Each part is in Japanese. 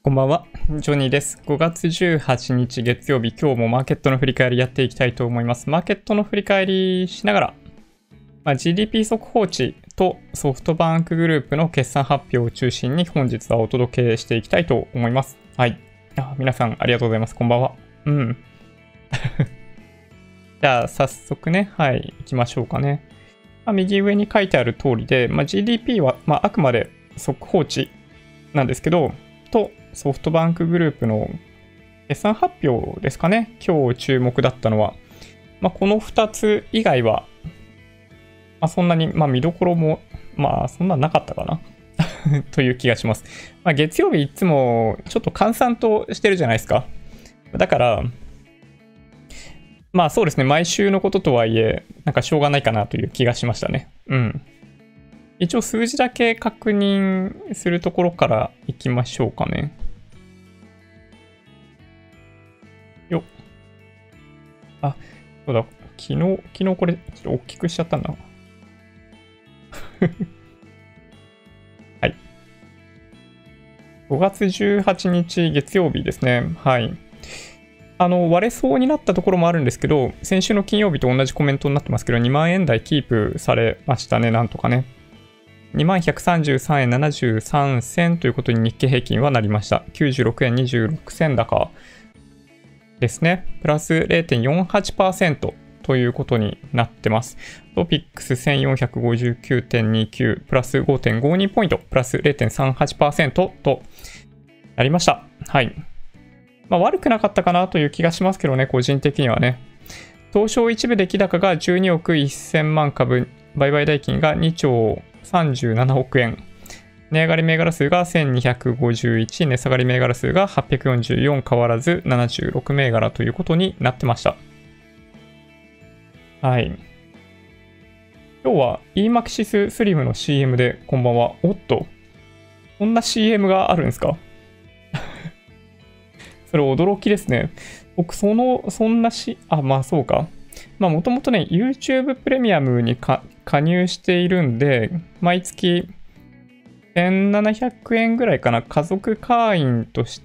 こんばんは、ジョニーです。5月18日月曜日、今日もマーケットの振り返りやっていきたいと思います。マーケットの振り返りしながら、GDP 速報値とソフトバンクグループの決算発表を中心に本日はお届けしていきたいと思います。はい。皆さんありがとうございます。こんばんは。じゃあ早速ね、行きましょうかね。右上に書いてある通りで、GDP は、あくまで速報値なんですけど、とソフトバンクグループの決算発表ですかね。今日注目だったのは、この2つ以外は、そんなに、見どころも、そんななかったかなという気がします。月曜日いつもちょっと閑散としてるじゃないですか。だから、そうですね、毎週のこととはいえ、なんかしょうがないかなという気がしましたね。一応数字だけ確認するところからいきましょうかね。よっ。そうだ。昨日これ、ちょっと大きくしちゃったんだ。はい。5月18日月曜日ですね。はい。割れそうになったところもあるんですけど、先週の金曜日と同じコメントになってますけど、2万円台キープされましたね、なんとかね。2133円73銭ということに日経平均はなりました。96円26銭高ですね。プラス 0.48% ということになってます。トピックス 1459.29 プラス 5.52 ポイント、プラス 0.38% となりました。はい。悪くなかったかなという気がしますけどね、個人的にはね。東証一部出来高が12億1000万株、売買代金が2兆37億円。値上がり銘柄数が1251、値下がり銘柄数が844、変わらず76銘柄ということになってました。はい。今日は EMAXIS Slim の CM でこんばんは。おっと、こんな CM があるんですかそれ驚きですね。僕、そんなそうか。もともとね、YouTube プレミアムに加入しているんで、毎月1700円ぐらいかな、家族会員として、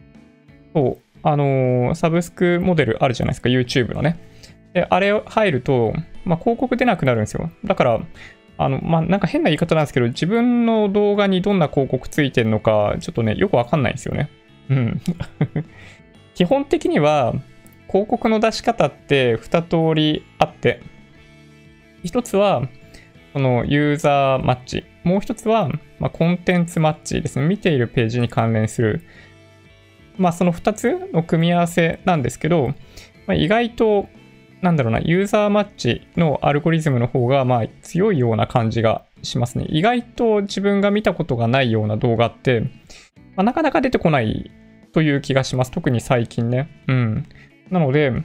サブスクモデルあるじゃないですか、YouTube のね。で、あれ入ると、広告出なくなるんですよ。だから、なんか変な言い方なんですけど、自分の動画にどんな広告ついてるのか、ちょっとね、よくわかんないんですよね。基本的には広告の出し方って2通りあって、一つはそのユーザーマッチ、もう一つはコンテンツマッチですね。見ているページに関連するその2つの組み合わせなんですけど、意外とユーザーマッチのアルゴリズムの方が強いような感じがしますね。意外と自分が見たことがないような動画ってなかなか出てこないという気がします。特に最近ね。なので、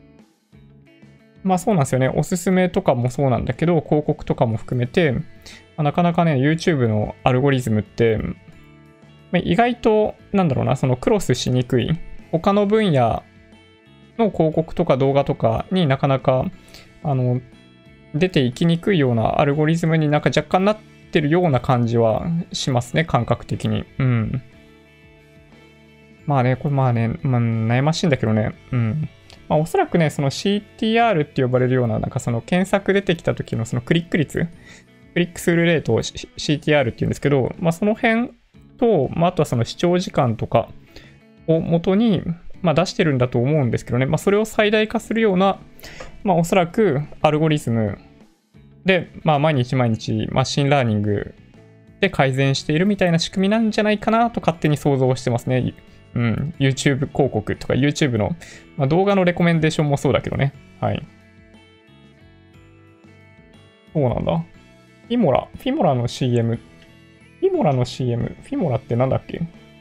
そうなんですよね。おすすめとかもそうなんだけど、広告とかも含めて、なかなかね、YouTube のアルゴリズムって、意外と、そのクロスしにくい。他の分野の広告とか動画とかになかなか、出ていきにくいようなアルゴリズムに若干なってるような感じはしますね、感覚的に。これ悩ましいんだけどね。おそらくね、その CTR って呼ばれるような、その検索出てきた時のそのクリック率、クリックスルーレートを CTR って言うんですけど、その辺と、あとはその視聴時間とかを元に、出してるんだと思うんですけどね、それを最大化するような、おそらくアルゴリズムで、毎日マシンラーニングで改善しているみたいな仕組みなんじゃないかなと勝手に想像してますね。YouTube 広告とか YouTube の、動画のレコメンデーションもそうだけどね。はい。そうなんだ。フィモラの CM。フィモラってなんだっけ？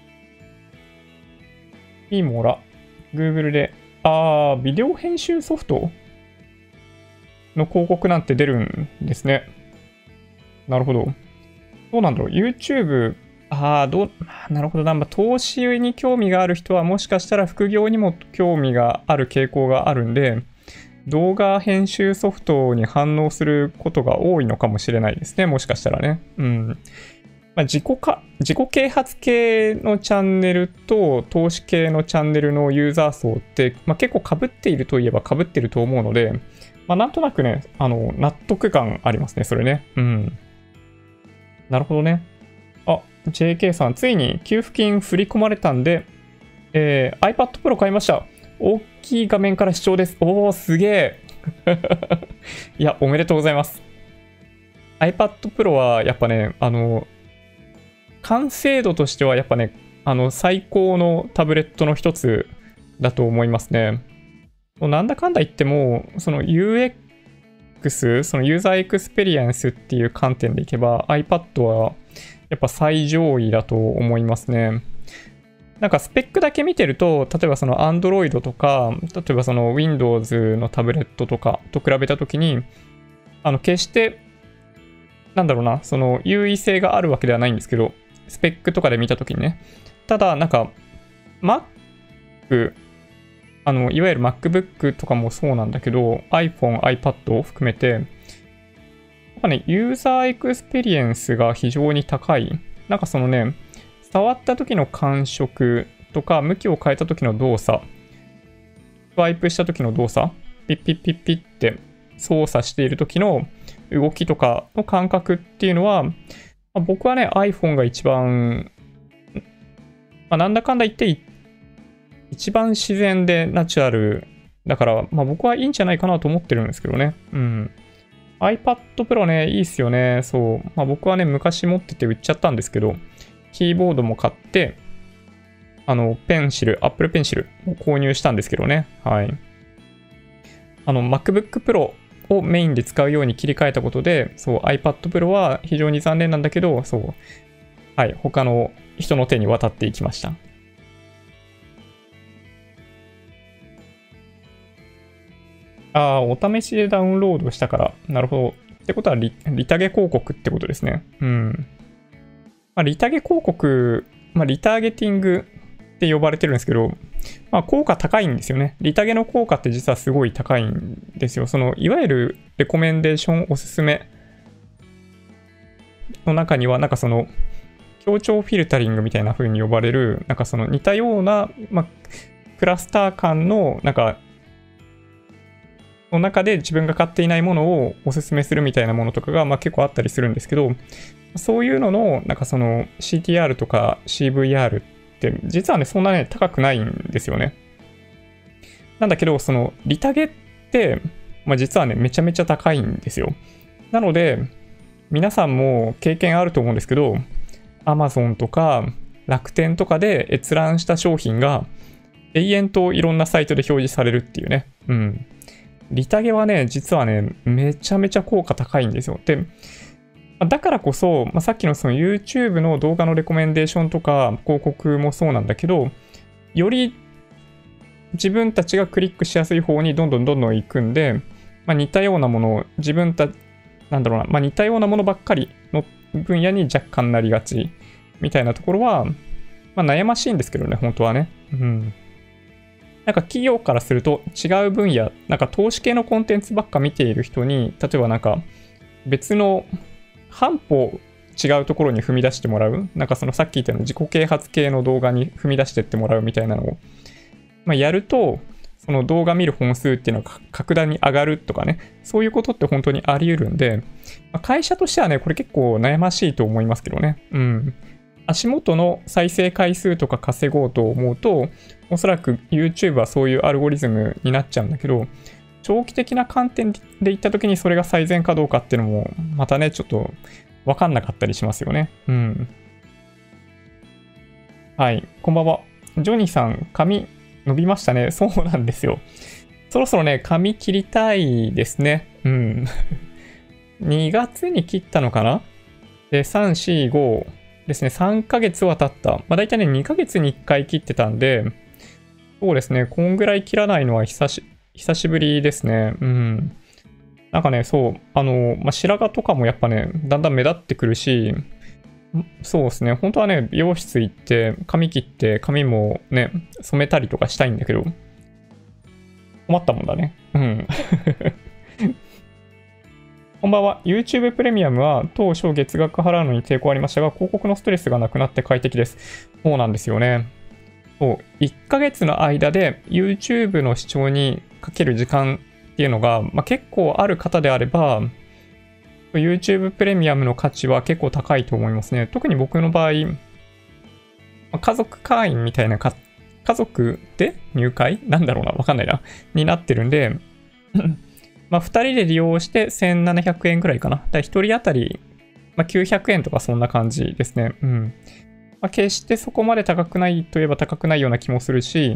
フィモラ。Google で。ビデオ編集ソフトの広告なんて出るんですね。なるほど。どうなんだろう。YouTube、なるほどな。投資に興味がある人はもしかしたら副業にも興味がある傾向があるんで、動画編集ソフトに反応することが多いのかもしれないですね。もしかしたらね。 まあ、自己啓発系のチャンネルと投資系のチャンネルのユーザー層って、まあ、結構被っているといえば被っていると思うので、まあ、なんとなくね、納得感ありますね、それね。うん。なるほどね。あ、JK さん、ついに給付金振り込まれたんで、iPad Pro 買いました。大きい画面から視聴です。おー、すげえ。いや、おめでとうございます。iPad Pro はやっぱね、完成度としてはやっぱね、最高のタブレットの一つだと思いますね。なんだかんだ言っても、その UX、そのユーザーエクスペリエンスっていう観点でいけば iPad はやっぱ最上位だと思いますね。なんかスペックだけ見てると、例えばその Android とか、例えばその Windows のタブレットとかと比べたときに、決して、なんだろうな、その優位性があるわけではないんですけど、スペックとかで見たときにね。ただ、なんか、Mac、いわゆる MacBook とかもそうなんだけど、iPhone、iPad を含めて、やっぱね、ユーザーエクスペリエンスが非常に高い。なんかそのね、触った時の感触とか、向きを変えた時の動作、スワイプした時の動作、ピッピッピッピッって操作している時の動きとかの感覚っていうのは、僕はね、iPhone が一番、なんだかんだ言って一番自然でナチュラルだから、僕はいいんじゃないかなと思ってるんですけどね。うん。iPad Pro ね、いいっすよね。そう。僕はね、昔持ってて売っちゃったんですけど、キーボードも買って、ペンシル、Apple Pencil を購入したんですけどね。はい。MacBook Pro をメインで使うように切り替えたことで、そう、iPad Pro は非常に残念なんだけど、そう、はい、他の人の手に渡っていきました。お試しでダウンロードしたから、なるほど。ってことはリタゲ広告ってことですね。うん。リタゲ広告、リターゲティングって呼ばれてるんですけど、効果高いんですよね。リタゲの効果って実はすごい高いんですよ。いわゆるレコメンデーションおすすめの中には、なんか強調フィルタリングみたいな風に呼ばれる、なんか似たような、クラスター間の、なんか、の中で自分が買っていないものをおすすめするみたいなものとかが、結構あったりするんですけど、そういうのの、なんかCTR とか CVR って、実はね、そんなね、高くないんですよね。なんだけど、リタゲって、実はね、めちゃめちゃ高いんですよ。なので、皆さんも経験あると思うんですけど、Amazon とか楽天とかで閲覧した商品が永遠といろんなサイトで表示されるっていうね。うん。リタゲはね、実はね、めちゃめちゃ効果高いんですよ。で、だからこそ、さっきのYouTube の動画のレコメンデーションとか広告もそうなんだけど、より自分たちがクリックしやすい方にどんどん行くんで、似たようなものをなんだろうな、似たようなものばっかりの分野に若干なりがちみたいなところは、悩ましいんですけどね、本当はね。うん。なんか企業からすると違う分野、なんか投資系のコンテンツばっか見ている人に、例えばなんか別の半歩違うところに踏み出してもらう、なんかさっき言ったような自己啓発系の動画に踏み出してってもらうみたいなのを、やると、その動画見る本数っていうのが格段に上がるとかね、そういうことって本当にあり得るんで、会社としてはね、これ結構悩ましいと思いますけどね。うん。足元の再生回数とか稼ごうと思うと、おそらく YouTube はそういうアルゴリズムになっちゃうんだけど、長期的な観点で言った時にそれが最善かどうかっていうのも、またね、ちょっと分かんなかったりしますよね。うん。はい、こんばんは。ジョニーさん、髪伸びましたね。そうなんですよ。そろそろね、髪切りたいですね。うん。2月に切ったのかなで、3、4、5ですね。3ヶ月は経った。だいたいね、2ヶ月に1回切ってたんで、そうですね。こんぐらい切らないのは久しぶりですね。うん。なんかね、そう、白髪とかもやっぱね、だんだん目立ってくるし、そうですね。本当はね、美容室行って、髪切って、髪もね、染めたりとかしたいんだけど、困ったもんだね。うん。 こんばんは。YouTube プレミアムは当初月額払うのに抵抗ありましたが、広告のストレスがなくなって快適です。そうなんですよね。そう、1ヶ月の間で YouTube の視聴にかける時間っていうのが、結構ある方であれば、YouTube プレミアムの価値は結構高いと思いますね。特に僕の場合、家族会員みたいな家族で入会なんだろうな、わかんないな。になってるんで、2人で利用して1700円くらいかな。1人当たり、900円とかそんな感じですね。うん。決してそこまで高くないといえば高くないような気もするし、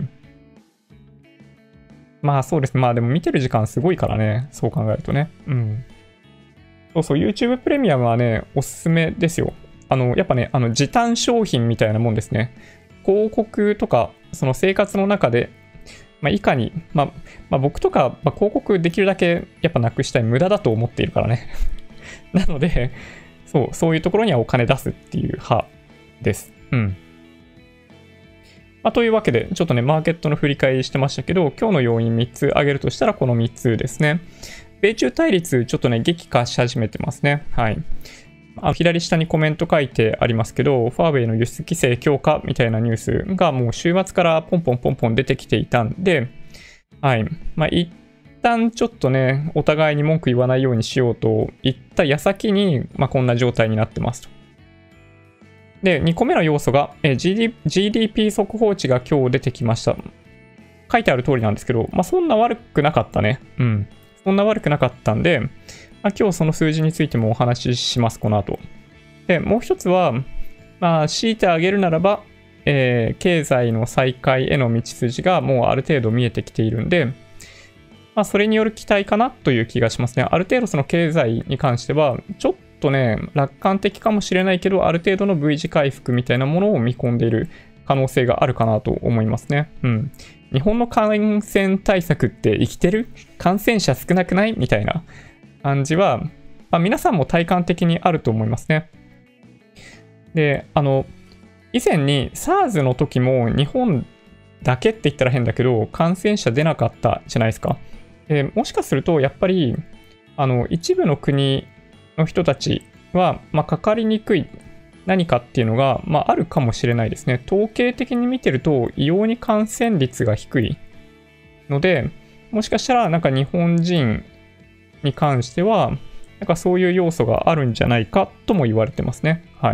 そうですね。でも見てる時間すごいからね。そう考えるとね。うん。そうそう、YouTube プレミアムはね、おすすめですよ。やっぱね、時短商品みたいなもんですね。広告とか、その生活の中で、いかに、僕とか、広告できるだけやっぱなくしたい、無駄だと思っているからね。なので、そういうところにはお金出すっていう派です。うん。というわけで、ちょっとね、マーケットの振り返りしてましたけど、今日の要因3つ挙げるとしたら、この3つですね。米中対立、ちょっとね、激化し始めてますね。はい。左下にコメント書いてありますけど、ファーウェイの輸出規制強化みたいなニュースがもう週末からポンポン出てきていたんで、はい。一旦ちょっとね、お互いに文句言わないようにしようと言った矢先に、こんな状態になってますと。で、2個目の要素が、GDP 速報値が今日出てきました。書いてある通りなんですけど、そんな悪くなかったね。うん。そんな悪くなかったんで、今日その数字についてもお話しします、この後。で、もう一つは、強いてあげるならば、経済の再開への道筋がもうある程度見えてきているんで、それによる期待かなという気がしますね。ある程度その経済に関しては、ちょっとね、楽観的かもしれないけど、ある程度の V 字回復みたいなものを見込んでいる可能性があるかなと思いますね。うん。日本の感染対策って生きてる？感染者少なくない？みたいな感じは、皆さんも体感的にあると思いますね。で、以前に SARS の時も日本だけって言ったら変だけど、感染者出なかったじゃないですか。もしかすると、やっぱり、一部の国の人たちは、かかりにくい何かっていうのが、あるかもしれないですね。統計的に見てると、異様に感染率が低いので、もしかしたら、日本人に関しては、そういう要素があるんじゃないかとも言われてますね。はい。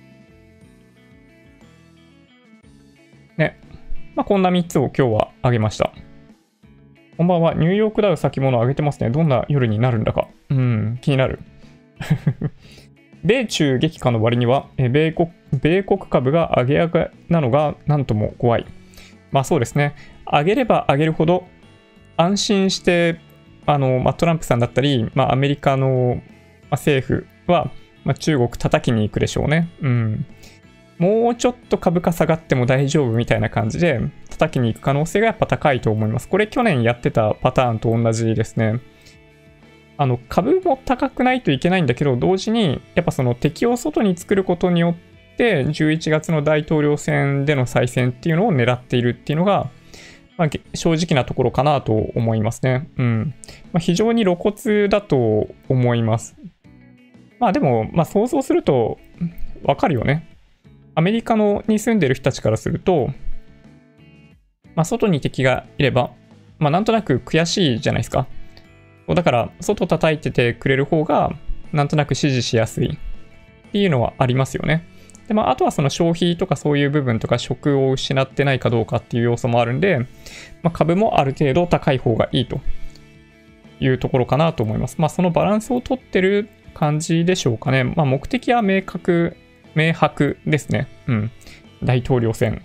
ね。こんな3つを今日は挙げました。こんばんは。ニューヨークダウ先物上げてますね。どんな夜になるんだか。気になる。米中激化の割には、米国株が上げ上げなのがなんとも怖い。そうですね。上げれば上げるほど安心して、トランプさんだったり、アメリカの政府は、中国叩きに行くでしょうね。もうちょっと株価下がっても大丈夫みたいな感じで叩きに行く可能性がやっぱ高いと思います。これ去年やってたパターンと同じですね。株も高くないといけないんだけど、同時にやっぱその敵を外に作ることによって11月の大統領選での再選っていうのを狙っているっていうのが、正直なところかなと思いますね。非常に露骨だと思います。でも、想像するとわかるよね。アメリカに住んでる人たちからすると、外に敵がいれば、なんとなく悔しいじゃないですか。だから、外叩いててくれる方が、なんとなく支持しやすいっていうのはありますよね。で、あとはその消費とかそういう部分とか職を失ってないかどうかっていう要素もあるんで、株もある程度高い方がいいというところかなと思います。そのバランスを取ってる感じでしょうかね。目的は明白ですね。大統領選。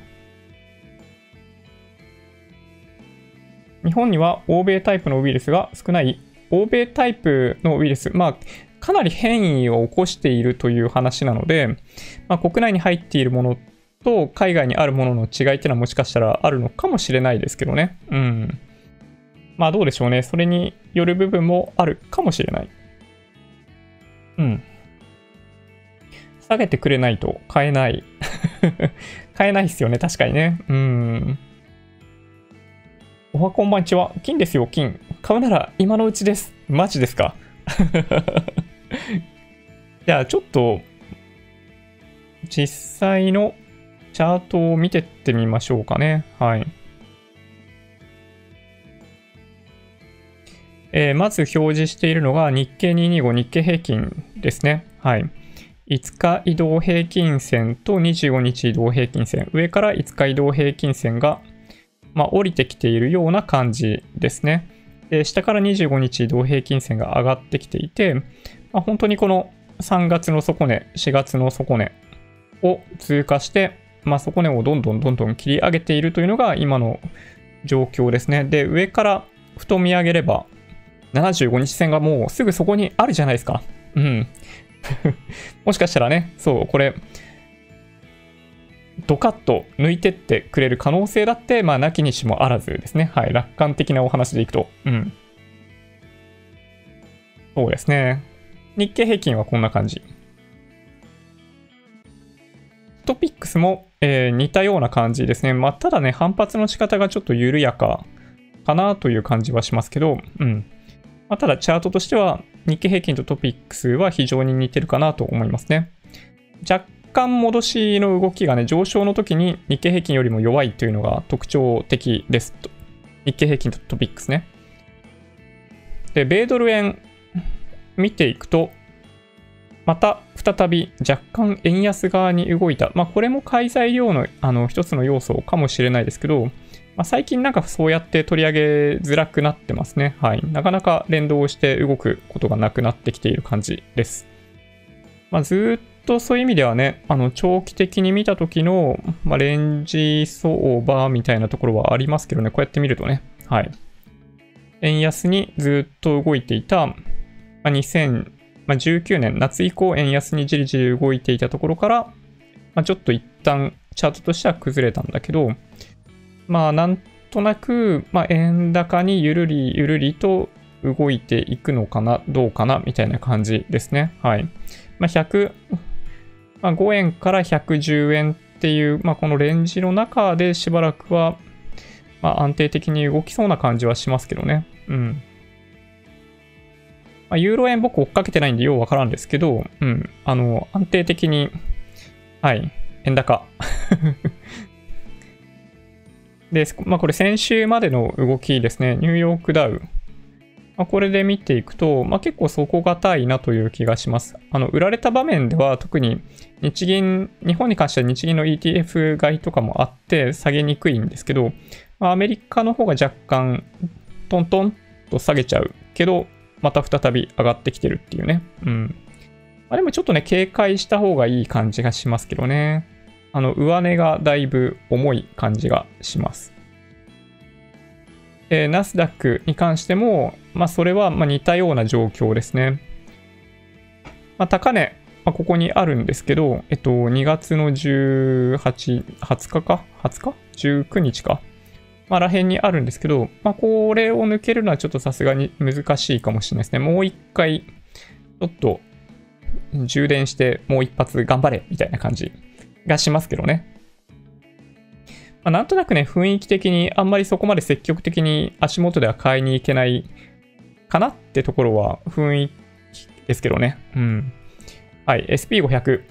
日本には欧米タイプのウイルスが少ない。欧米タイプのウイルス、かなり変異を起こしているという話なので、国内に入っているものと海外にあるものの違いっていうのはもしかしたらあるのかもしれないですけどね。どうでしょうね。それによる部分もあるかもしれない。下げてくれないと買えない。買えないっすよね。確かにね。おはこんばんちは。金ですよ、金。買うなら今のうちです。マジですか？ じゃあちょっと実際のチャートを見てってみましょうかね。はい。まず表示しているのが日経225日経平均ですね。はい。5日移動平均線と25日移動平均線。上から5日移動平均線が、降りてきているような感じですね。で、下から25日移動平均線が上がってきていて、本当にこの3月の底値、4月の底値を通過して、底値をどんどん切り上げているというのが今の状況ですね。で、上からふと見上げれば、75日線がもうすぐそこにあるじゃないですか。うん。もしかしたらね、そう、これ、ドカッと抜いてってくれる可能性だって、なきにしもあらずですね。はい、楽観的なお話でいくと。うん。そうですね。日経平均はこんな感じ。トピックスも、似たような感じですね。ただね、反発の仕方がちょっと緩やかかなという感じはしますけど、うん。ただ、チャートとしては、日経平均とトピックスは非常に似てるかなと思いますね。若干戻しの動きがね、上昇の時に日経平均よりも弱いというのが特徴的ですと。日経平均とトピックスね。で、米ドル円見ていくと、また再び若干円安側に動いた。これも買い材料の一つの要素かもしれないですけど、最近なんかそうやって取り上げづらくなってますね。はい。なかなか連動して動くことがなくなってきている感じです。ずっとそういう意味ではね、長期的に見た時の、レンジ相場みたいなところはありますけどね、こうやって見るとね、はい。円安にずっと動いていた、2019年夏以降円安にじりじり動いていたところから、ちょっと一旦チャートとしては崩れたんだけど、なんとなく、円高にゆるりゆるりと動いていくのかな、どうかな、みたいな感じですね。はい。5円から110円っていう、このレンジの中でしばらくは、安定的に動きそうな感じはしますけどね。うん。ユーロ円僕追っかけてないんでようわからんですけど、うん。安定的に、はい、円高。で、これ先週までの動きですね。ニューヨークダウ。これで見ていくと、結構底堅いなという気がします。売られた場面では特に日本に関しては日銀の ETF 買いとかもあって下げにくいんですけど、アメリカの方が若干トントンと下げちゃうけど、また再び上がってきてるっていうね。うん。でもちょっとね、警戒した方がいい感じがしますけどね。上値がだいぶ重い感じがします。ナスダックに関しても、それは似たような状況ですね。高値、ここにあるんですけど、2月の20日か ?20 日 ?19 日か。ら辺にあるんですけど、これを抜けるのはちょっとさすがに難しいかもしれないですね。もう一回、ちょっと充電してもう一発頑張れみたいな感じがしますけどね。なんとなくね、雰囲気的にあんまりそこまで積極的に足元では買いに行けないかなってところは雰囲気ですけどね。うん。はい、SP500。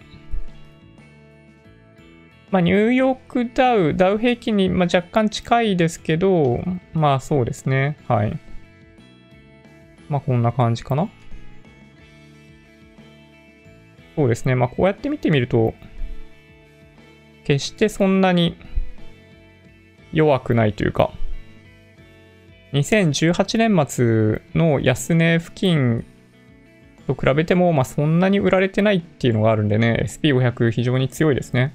ニューヨークダウ平均に若干近いですけど、そうですね。はい。こんな感じかな。そうですね。こうやって見てみると、決してそんなに弱くないというか、2018年末の安値付近と比べても、そんなに売られてないっていうのがあるんでね、SP500 非常に強いですね。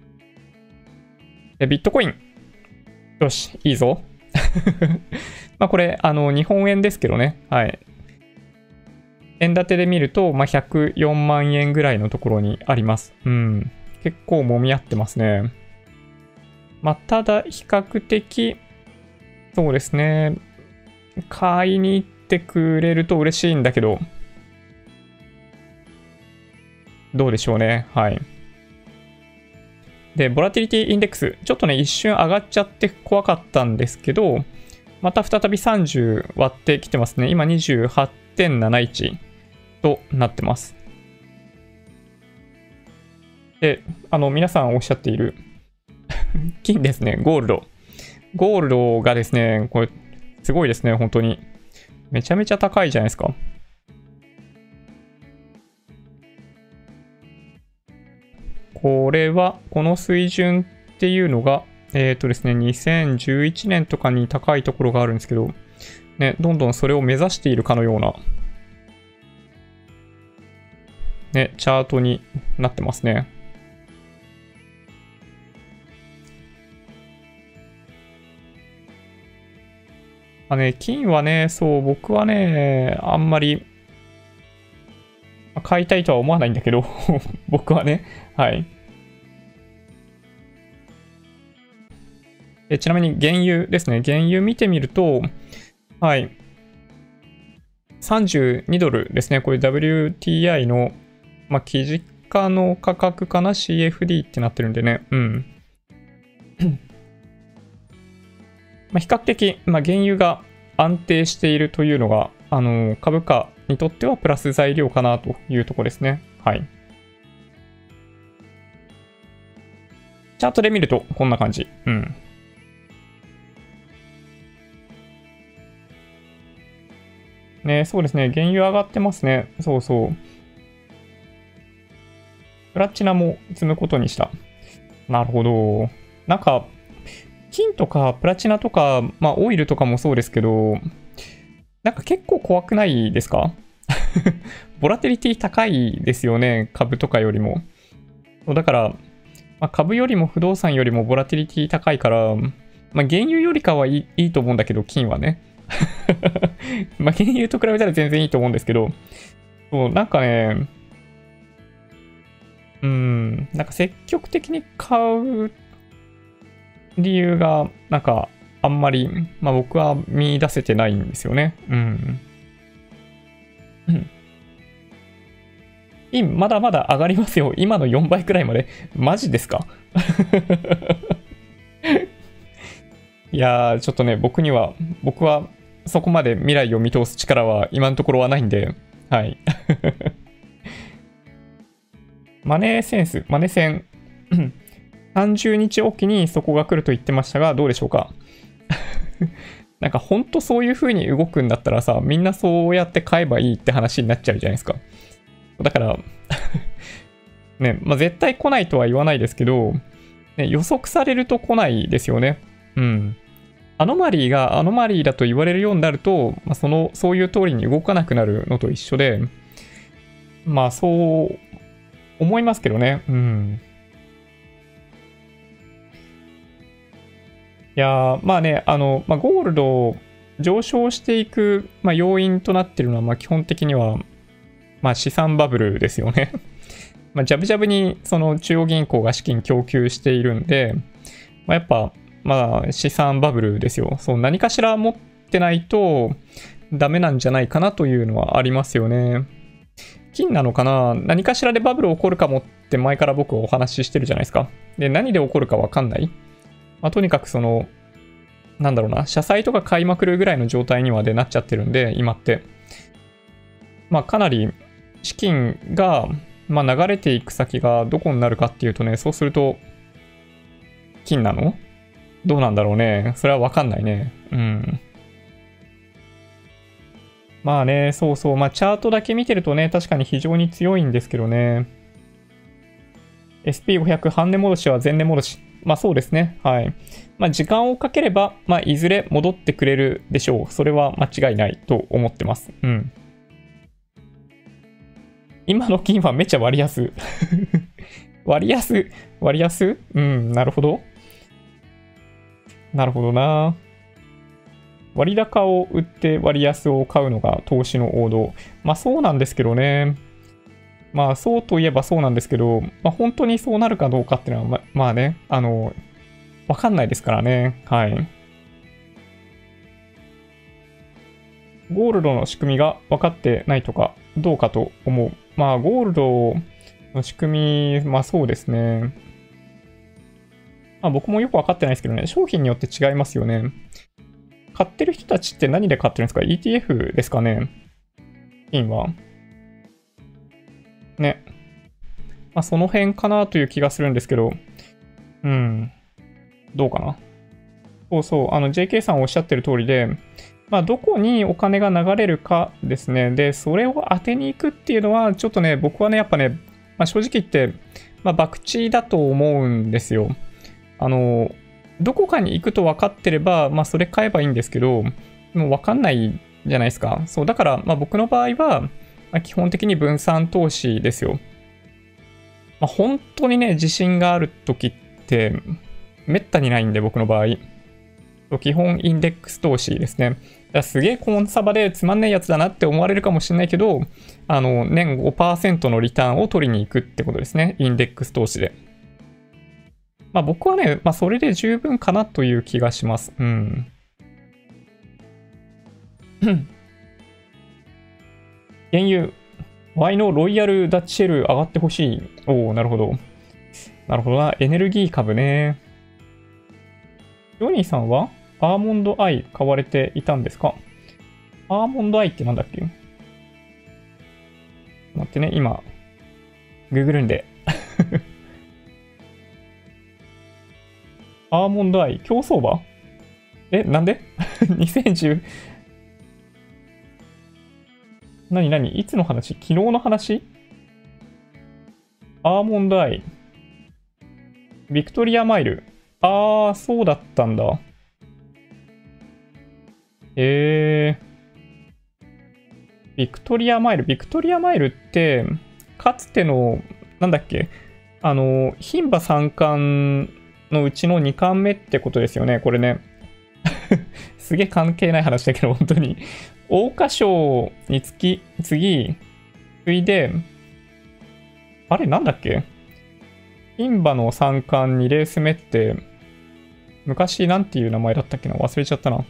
で、ビットコイン。よし、いいぞ。これ、日本円ですけどね。はい。円建てで見ると、104万円ぐらいのところにあります。うん。結構揉み合ってますね。ただ、比較的、そうですね。買いに行ってくれると嬉しいんだけど、どうでしょうね。はい。で、ボラティリティインデックス、ちょっとね、一瞬上がっちゃって怖かったんですけど、また再び30割ってきてますね。今 28.71。 となってます。で、皆さんおっしゃっている金ですね、ゴールド。ゴールドがですね、これ、すごいですね、本当に。めちゃめちゃ高いじゃないですか。これは、この水準っていうのが、ですね、2011年とかに高いところがあるんですけど、ね、どんどんそれを目指しているかのような、ね、チャートになってますね。金はね、そう、僕はね、あんまり、買いたいとは思わないんだけど、僕はね、はい。ちなみに原油ですね。原油見てみると、はい。32ドルですね。これ WTI の、記事価の価格かな ?CFD ってなってるんでね。うん。比較的、原油が安定しているというのが、株価にとってはプラス材料かなというところですね。はい。チャートで見るとこんな感じ。うん。ね、そうですね。原油上がってますね。そうそう。プラチナも積むことにした。なるほど。なんか、金とかプラチナとか、オイルとかもそうですけど、なんか結構怖くないですか？ボラテリティ高いですよね。株とかよりも。だから、株よりも不動産よりもボラテリティ高いから、原油よりかはいいと思うんだけど、金はね。原油と比べたら全然いいと思うんですけど、そう、なんかね、なんか積極的に買う理由が、なんか、あんまり、僕は見出せてないんですよね。うん。まだまだ上がりますよ。今の4倍くらいまで。マジですか？いやー、ちょっとね、僕はそこまで未来を見通す力は今のところはないんで、はい。マネーセンス、マネセン。30日おきにそこが来ると言ってましたが、どうでしょうか？なんかほんとそういう風に動くんだったらさ、みんなそうやって買えばいいって話になっちゃうじゃないですか。だからね、絶対来ないとは言わないですけど、ね、予測されると来ないですよね。うん。アノマリーがアノマリーだと言われるようになると、そういう通りに動かなくなるのと一緒で、そう思いますけどね。うん。いやー、ね、ゴールド上昇していく、要因となっているのは、基本的には、資産バブルですよね。ジャブジャブにその中央銀行が資金供給しているんで、やっぱ、資産バブルですよ。そう、何かしら持ってないとダメなんじゃないかなというのはありますよね。金なのかな？何かしらでバブル起こるかもって前から僕はお話ししてるじゃないですか。で、何で起こるかわかんない。とにかくなんだろうな、社債とか買いまくるぐらいの状態にまでなっちゃってるんで、今って。かなり資金が、流れていく先がどこになるかっていうとね、そうすると、金なの？どうなんだろうね。それはわかんないね。うん。そうそう。チャートだけ見てるとね、確かに非常に強いんですけどね。SP500 半値戻しは前値戻し。そうですね。はい。時間をかければ、いずれ戻ってくれるでしょう。それは間違いないと思ってます。うん。今の金はめっちゃ割安。割安うん、なるほど。なるほどな。割高を売って割安を買うのが投資の王道。そうなんですけどね。そうといえばそうなんですけど、本当にそうなるかどうかっていうのは、ね、わかんないですからね。はい。ゴールドの仕組みが分かってないとか、どうかと思う。ゴールドの仕組み、そうですね。僕もよく分かってないですけどね、商品によって違いますよね。買ってる人たちって何で買ってるんですか？ ETF ですかね？金は。 ね。まあ、その辺かなという気がするんですけど、うん。どうかな。そうそう、JK さんおっしゃってる通りで、まあ、どこにお金が流れるかですね。で、それを当てに行くっていうのは、ちょっとね、僕はね、やっぱね、まあ、正直言って、まあ、博打だと思うんですよ。どこかに行くと分かってれば、まあ、それ買えばいいんですけど、もう分かんないじゃないですか。そう、だから、まあ、僕の場合は、まあ、基本的に分散投資ですよ。まあ、本当にね、自信がある時って、めったにないんで、僕の場合。基本インデックス投資ですね。だからすげえコンサバでつまんないやつだなって思われるかもしれないけど、年 5% のリターンを取りに行くってことですね。インデックス投資で。まあ僕はね、まあそれで十分かなという気がします。うん。原油。Y のロイヤルダッチシェル上がってほしい。おお、なるほど。なるほどな。エネルギー株ね。ジョニーさんはアーモンドアイ買われていたんですか？アーモンドアイってなんだっけ？待ってね、今、ググるんで。アーモンドアイ、競走馬？なんで？ 2010 何いつの話？昨日の話？アーモンドアイ。ビクトリアマイル。あー、そうだったんだ。ビクトリアマイル。ビクトリアマイルって、かつての、なんだっけ、牝馬三冠のうちの2冠目ってことですよね、これね。すげえ関係ない話だけど、本当に。桜花賞に次いで、あれなんだっけ、牝馬の三冠2レース目って、昔なんていう名前だったっけな、忘れちゃったな。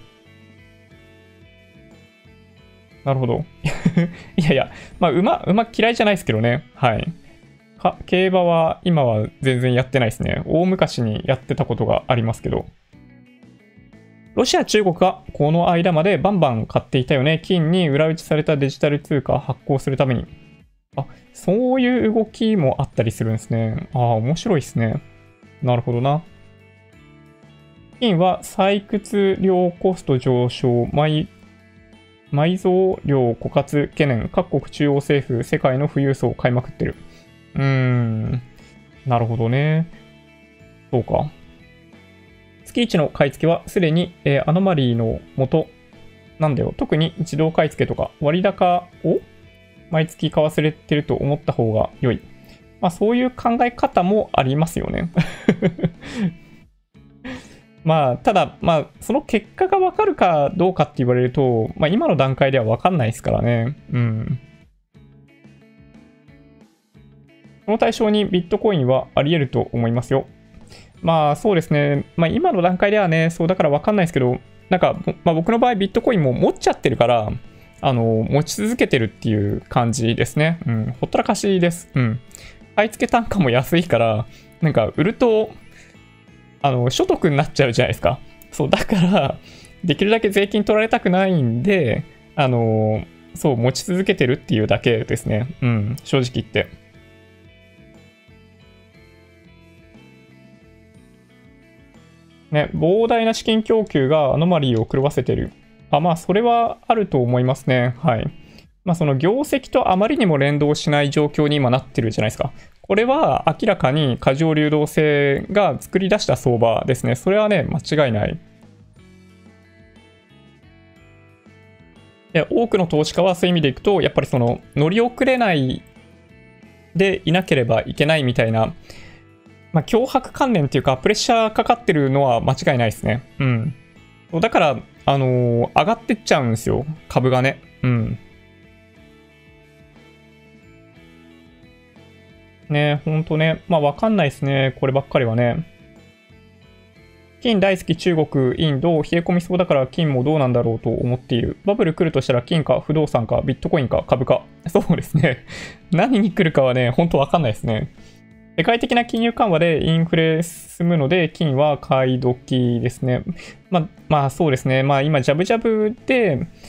なるほど。いやいや、まあ、馬嫌いじゃないですけどね。はい。競馬は今は全然やってないですね。大昔にやってたことがありますけど。ロシア、中国がこの間までバンバン買っていたよね。金に裏打ちされたデジタル通貨発行するために。あ、そういう動きもあったりするんですね。ああ、面白いですね。なるほどな。金は採掘量コスト上昇、埋蔵量枯渇懸念、各国中央政府、世界の富裕層を買いまくってる。なるほどね。そうか。月1の買い付けはすでに、アノマリーの元なんだよ。特に自動買い付けとか割高を毎月買わせれてると思った方が良い。まあそういう考え方もありますよね。まあただ、まあその結果がわかるかどうかって言われると、まあ今の段階ではわかんないですからね。うん。この対象にビットコインはあり得ると思いますよ。まあそうですね。まあ今の段階ではね、そうだからわかんないですけど、なんか、まあ僕の場合ビットコインも持っちゃってるから、持ち続けてるっていう感じですね。うん。ほったらかしです。うん。買い付け単価も安いから、なんか売ると、所得になっちゃうじゃないですか。そう、だから、できるだけ税金取られたくないんで、そう、持ち続けてるっていうだけですね。うん、正直言って。ね、膨大な資金供給がアノマリーを狂わせてる。まあ、それはあると思いますね。はい。まあ、その業績とあまりにも連動しない状況に今なってるじゃないですか。これは明らかに過剰流動性が作り出した相場ですね。それはね、間違いない。で、多くの投資家はそういう意味でいくと、やっぱりその乗り遅れないでいなければいけないみたいな、まあ、脅迫観念っていうか、プレッシャーかかってるのは間違いないですね。うん。だから、上がってっちゃうんですよ。株がね。うん。ね、ほんとね。まあ、わかんないですね。こればっかりはね。金大好き中国、インド、冷え込みそうだから金もどうなんだろうと思っている。バブル来るとしたら金か不動産かビットコインか株か。そうですね。何に来るかはね、ほんとわかんないですね。世界的な金融緩和でインフレ進むので、金は買い時ですね。まあそうですね。まあ今、ジャブジャブで、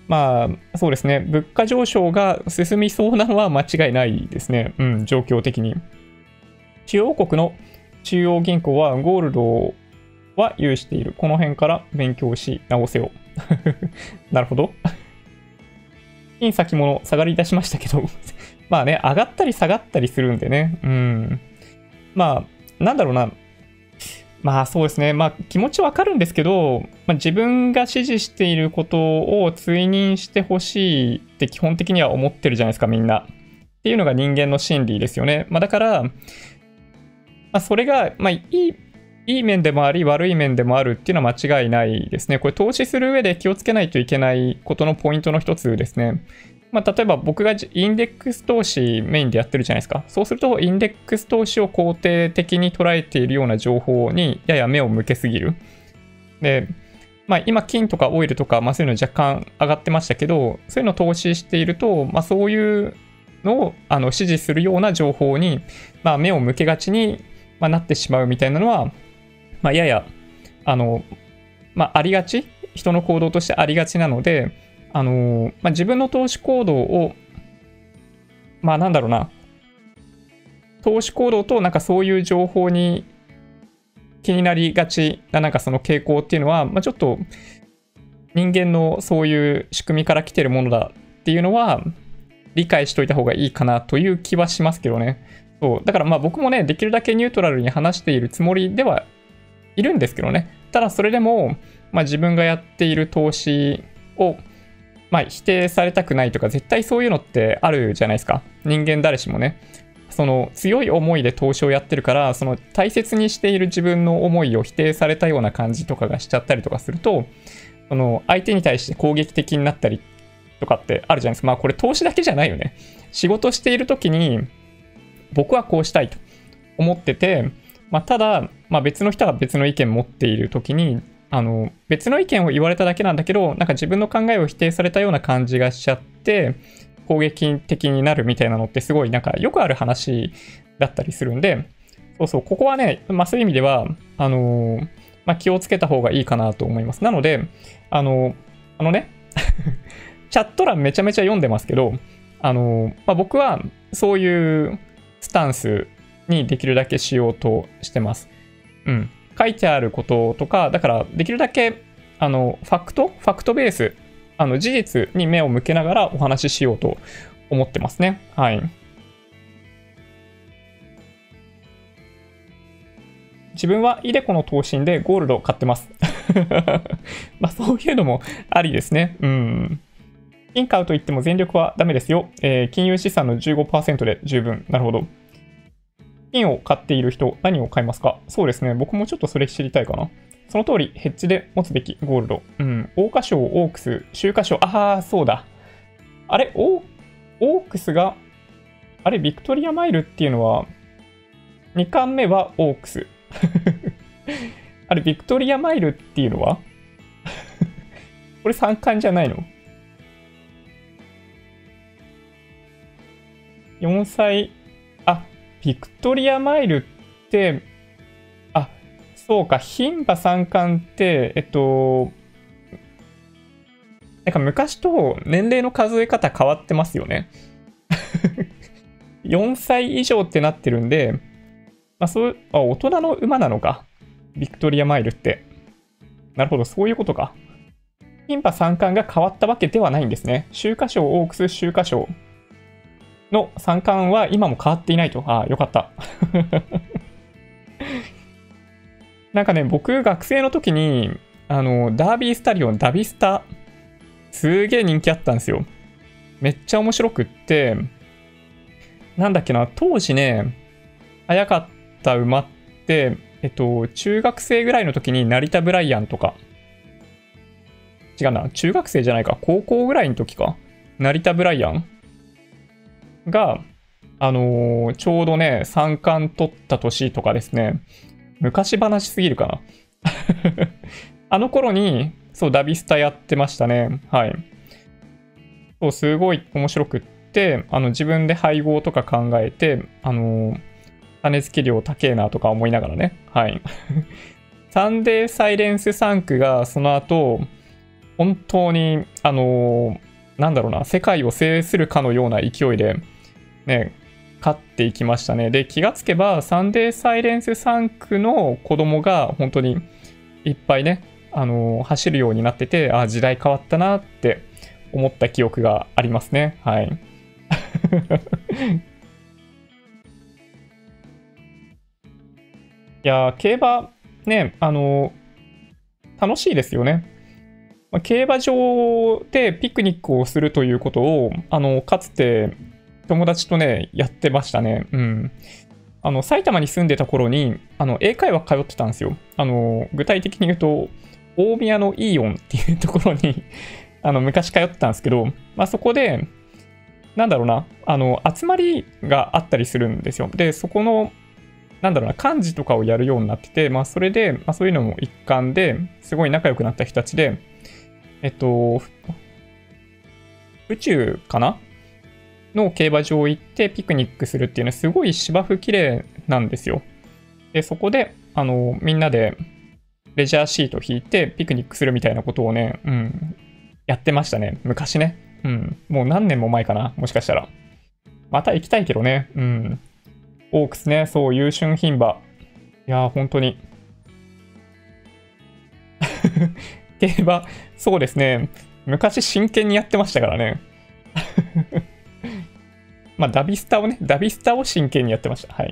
まあ、そうですね。物価上昇が進みそうなのは間違いないですね。うん、状況的に。中央国の中央銀行はゴールドは有している。この辺から勉強し直せよ。なるほど。金先物下がり出しましたけどまあね、上がったり下がったりするんでね。うん。まあ、なんだろうな。まあそうですね。まあ気持ちわかるんですけど、まあ、自分が支持していることを追認してほしいって基本的には思ってるじゃないですか、みんな。っていうのが人間の心理ですよね。まあだから、まあそれが、まあいい面でもあり悪い面でもあるっていうのは間違いないですね。これ投資する上で気をつけないといけないことのポイントの一つですね。まあ、例えば僕がインデックス投資メインでやってるじゃないですか。そうすると、インデックス投資を肯定的に捉えているような情報にやや目を向けすぎる。で、まあ、今、金とかオイルとか、まあ、そういうの若干上がってましたけど、そういうのを投資していると、まあ、そういうのを支持するような情報に、まあ、目を向けがちに、まあ、なってしまうみたいなのは、まあ、やや、まあ、ありがち、人の行動としてありがちなので、まあ、自分の投資行動を、まあなんだろうな、投資行動となんかそういう情報に気になりがちななんかその傾向っていうのは、まあ、ちょっと人間のそういう仕組みから来てるものだっていうのは理解しといた方がいいかなという気はしますけどね。そうだからまあ僕もね、できるだけニュートラルに話しているつもりではいるんですけどね。ただそれでも、まあ、自分がやっている投資をまあ、否定されたくないとか、絶対そういうのってあるじゃないですか。人間誰しもね。その強い思いで投資をやってるから、その大切にしている自分の思いを否定されたような感じとかがしちゃったりとかすると、その相手に対して攻撃的になったりとかってあるじゃないですか。まあこれ投資だけじゃないよね。仕事している時に僕はこうしたいと思ってて、まあ、ただ、まあ、別の人が別の意見持っている時に、別の意見を言われただけなんだけど、なんか自分の考えを否定されたような感じがしちゃって、攻撃的になるみたいなのってすごいなんかよくある話だったりするんで、そうそう、ここはね、まあそういう意味では、まあ、気をつけた方がいいかなと思います。なので、ね、チャット欄めちゃめちゃ読んでますけど、まあ、僕はそういうスタンスにできるだけしようとしてます。うん。書いてあることとか、だからできるだけファクトベース、事実に目を向けながらお話ししようと思ってますね。はい。自分はイデコの投信でゴールドを買ってます。まあそういうのもありですね。うん。金買うと言っても全力はダメですよ。金融資産の 15% で十分。なるほど。金を買っている人、何を買いますか？そうですね。僕もちょっとそれ知りたいかな。その通り、ヘッジで持つべきゴールド。うん。桜花賞、オークス、秋華賞。ああ、そうだ。あれ、オークスが、あれ、ビクトリアマイルっていうのは、2巻目はオークス。あれ、ビクトリアマイルっていうのはこれ3巻じゃないの？ 4 歳、あ、ビクトリアマイルって、あ、そうか、牝馬三冠って、なんか昔と年齢の数え方変わってますよね。4歳以上ってなってるんで、まあ、大人の馬なのか。ビクトリアマイルって。なるほど、そういうことか。牝馬三冠が変わったわけではないんですね。秋華賞、オークス、秋華賞の三冠は今も変わっていないと。ああ、よかった。なんかね、僕、学生の時に、ダービースタリオン、ダビスタ、すげえ人気あったんですよ。めっちゃ面白くって、なんだっけな、当時ね、速かった馬って、中学生ぐらいの時に成田ブライアンとか、違うな、中学生じゃないか、高校ぐらいの時か、成田ブライアンが、ちょうどね、三冠取った年とかですね、昔話すぎるかな。あの頃に、そう、ダビスタやってましたね。はい。そう、すごい面白くって、自分で配合とか考えて、種付け量高えなとか思いながらね。はい。サンデーサイレンス3区がその後、 本当に、なんだろうな、世界を制するかのような勢いで、ね、勝っていきましたね。で、気がつけば、サンデーサイレンス3区の子供が本当にいっぱいね、走るようになってて、あ、時代変わったなって思った記憶がありますね。はい。いやー、競馬、ね、楽しいですよね。競馬場でピクニックをするということを、かつて友達とね、やってましたね。うん。埼玉に住んでた頃に、英会話通ってたんですよ。具体的に言うと、大宮のイーオンっていうところに昔通ってたんですけど、まあ、そこで、なんだろうな、集まりがあったりするんですよ。で、そこの、なんだろうな、幹事とかをやるようになってて、まあ、それで、まあ、そういうのも一環ですごい仲良くなった人たちで、宇宙かなの競馬場行ってピクニックするっていうのはすごい芝生綺麗なんですよ。で、そこで、みんなでレジャーシート引いてピクニックするみたいなことをね、うん、やってましたね。昔ね。うん。もう何年も前かな。もしかしたら。また行きたいけどね。うん。オークスね。そう、優春牝馬。いやー、本当に。競馬、そうですね。昔真剣にやってましたからね。まあ、ダビスタを真剣にやってました。はい。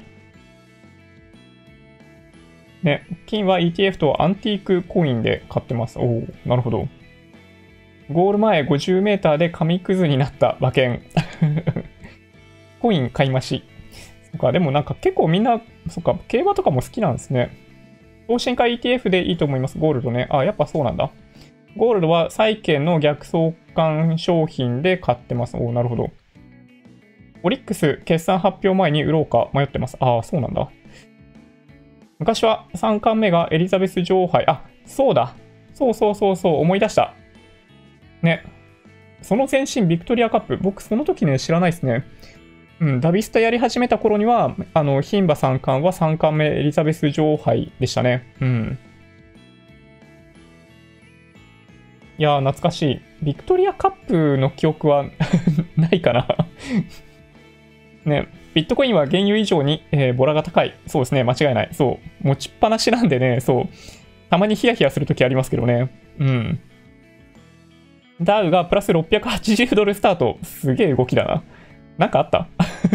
ね、金は ETF とアンティークコインで買ってます。おお、なるほど。ゴール前50メーターで紙くずになった馬券。コイン買い増し。そっか、でもなんか結構みんな、そっか、競馬とかも好きなんですね。投信会 ETF でいいと思います。ゴールドね。あ、やっぱそうなんだ。ゴールドは債券の逆相関商品で買ってます。お、なるほど。オリックス決算発表前に売ろうか迷ってます。ああ、そうなんだ。昔は3冠目がエリザベス女王杯。あ、そうだ。そうそうそうそう、思い出した。ね。その前身ビクトリアカップ。僕、その時ね、知らないですね。うん、ダビスタやり始めた頃には、牝馬三冠は3冠目エリザベス女王杯でしたね。うん。いやー、懐かしい。ビクトリアカップの記憶はないかな。ね、ビットコインは原油以上に、ボラが高い。そうですね、間違いない。そう。持ちっぱなしなんでね、そう。たまにヒヤヒヤするときありますけどね。うん。ダウがプラス680ドルスタート。すげえ動きだな。なんかあった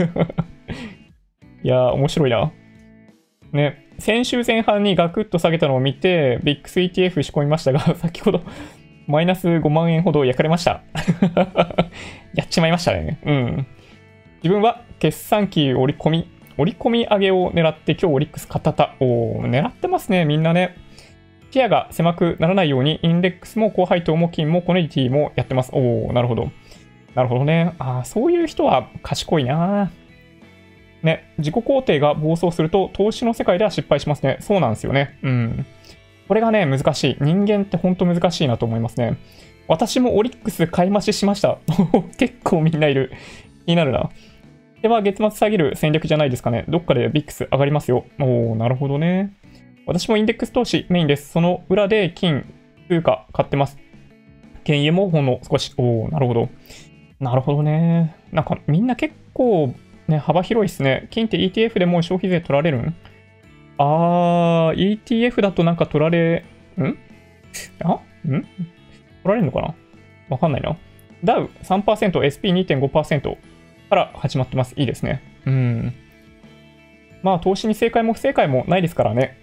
いやー、面白いな。ね、先週前半にガクッと下げたのを見て、ビックス ETF 仕込みましたが、先ほどマイナス5万円ほど焼かれました。やっちまいましたね。うん。自分は決算期折り込み上げを狙って今日オリックス買ったた。おー、狙ってますね、みんなね。視野が狭くならないように、インデックスも高配当も金もコネディティもやってます。おー、なるほど。なるほどね。そういう人は賢いな。ね、自己肯定が暴走すると、投資の世界では失敗しますね。そうなんですよね。うん。これがね、難しい。人間って本当難しいなと思いますね。私もオリックス買い増ししました。結構みんないる。気になるな。では、月末下げる戦略じゃないですかね。どっかでビックス上がりますよ。おー、なるほどね。私もインデックス投資メインです。その裏で金、通貨買ってます。原油もほんの少し。おー、なるほど。なるほどね。なんかみんな結構ね、幅広いですね。金って ETF でも消費税取られるんETF だとなんか取られ、取られるのかなわかんないな。ダウ 3%、SP2.5% から始まってます。いいですね。うん。まあ、投資に正解も不正解もないですからね。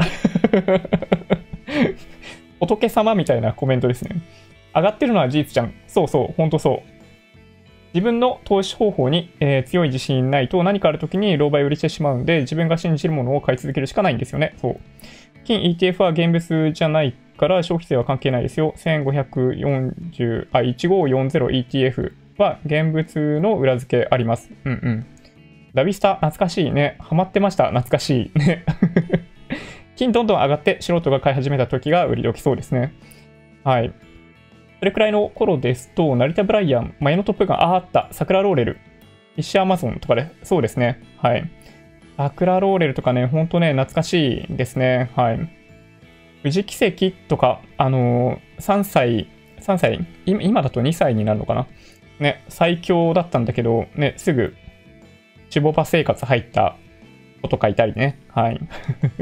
仏様みたいなコメントですね。上がってるのは事実じゃん。そうそう、ほんとそう。自分の投資方法に、強い自信ないと何かあるときに狼狽売りしてしまうんで、自分が信じるものを買い続けるしかないんですよね。そう。金 ETF は現物じゃないから消費税は関係ないですよ。1540ETF は現物の裏付けあります。うんうん。ダビスタ、懐かしいね。ハマってました。懐かしい。ね。金どんどん上がって素人が買い始めた時が売り時そうですね。はい。それくらいの頃ですと、成田ブライアン、マヤノトップガン、あった、桜ローレル、フィッシャーマゾンとかで、そうですね。はい。桜ローレルとかね、ほんとね、懐かしいですね。はい。富士奇跡とか、3歳 3歳、今だと2歳になるのかな。ね、最強だったんだけど、ね、すぐ、チボパ生活入った子とかいたりね。はい。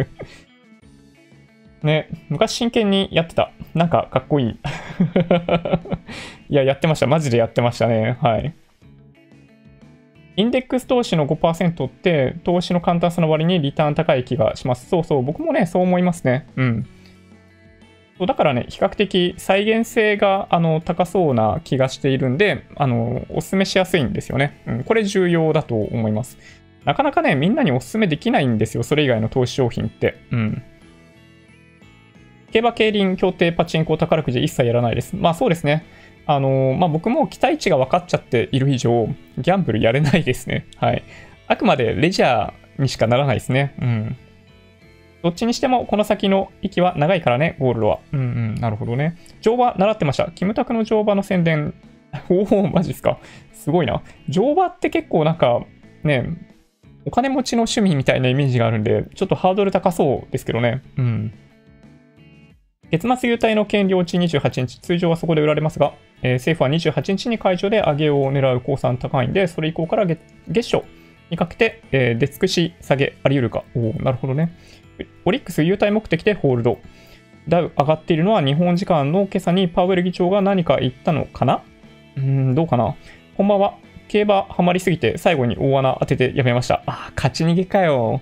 ね、昔真剣にやってた。なんかかっこいい。いや、やってました。マジでやってましたね。はい。インデックス投資の 5% って、投資の簡単さの割にリターン高い気がします。そうそう、僕もね、そう思いますね。うん。だからね、比較的再現性が高そうな気がしているんで、おすすめしやすいんですよね。うん、これ重要だと思います。なかなかね、みんなにおすすめできないんですよ。それ以外の投資商品って。うん。競馬、競輪、競艇、パチンコ、宝くじ一切やらないです。まあそうですね。僕も期待値が分かっちゃっている以上、ギャンブルやれないですね。はい。あくまでレジャーにしかならないですね。うん。どっちにしても、この先の息は長いからね、ゴールドは。うんうん、なるほどね。乗馬習ってました。キムタクの乗馬の宣伝。おお、マジっすか。すごいな。乗馬って結構なんか、ね、お金持ちの趣味みたいなイメージがあるんで、ちょっとハードル高そうですけどね。うん。月末優待の権利落ち28日、通常はそこで売られますが、政府は28日に解除で上げを狙う公算高いんで、それ以降から月初にかけて、出尽くし下げあり得るか。おお、なるほどね。オリックス優待目的でホールド。ダウ上がっているのは日本時間の今朝にパウエル議長が何か言ったのかな？どうかな。こんばんは。競馬ハマりすぎて最後に大穴当ててやめました。あ、勝ち逃げかよ。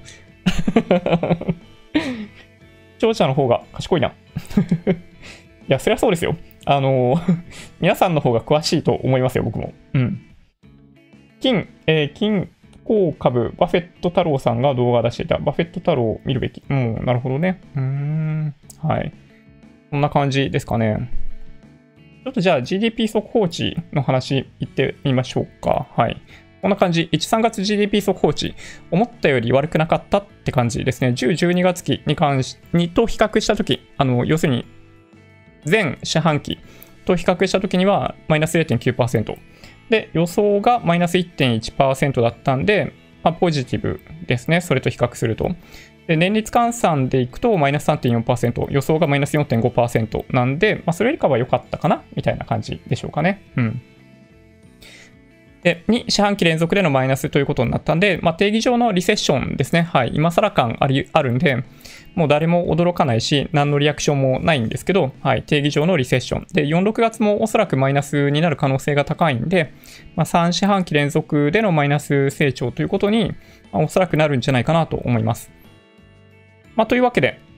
視聴者の方が賢いな。いや、そりゃそうですよ。皆さんの方が詳しいと思いますよ、僕も。うん。金鉱株、バフェット太郎さんが動画を出していた。バフェット太郎を見るべき。なるほどね。はい。こんな感じですかね。ちょっとじゃあ GDP 速報値の話いってみましょうか。はい。こんな感じ。1、3月 GDP 速報値。思ったより悪くなかったって感じですね。10、12月期に関してと比較したとき、要するに、全四半期と比較したときには、マイナス 0.9%。で、予想がマイナス 1.1% だったんで、ポジティブですね。それと比較すると。で、年率換算でいくとマイナス 3.4%、予想がマイナス 4.5% なんで、それよりかは良かったかなみたいな感じでしょうかね。うん。で、2四半期連続でのマイナスということになったんで、定義上のリセッションですね。はい。今更感あるんで、もう誰も驚かないし、何のリアクションもないんですけど、はい。定義上のリセッション。で、4、6月もおそらくマイナスになる可能性が高いんで、3四半期連続でのマイナス成長ということに、おそらくなるんじゃないかなと思います。というわけで、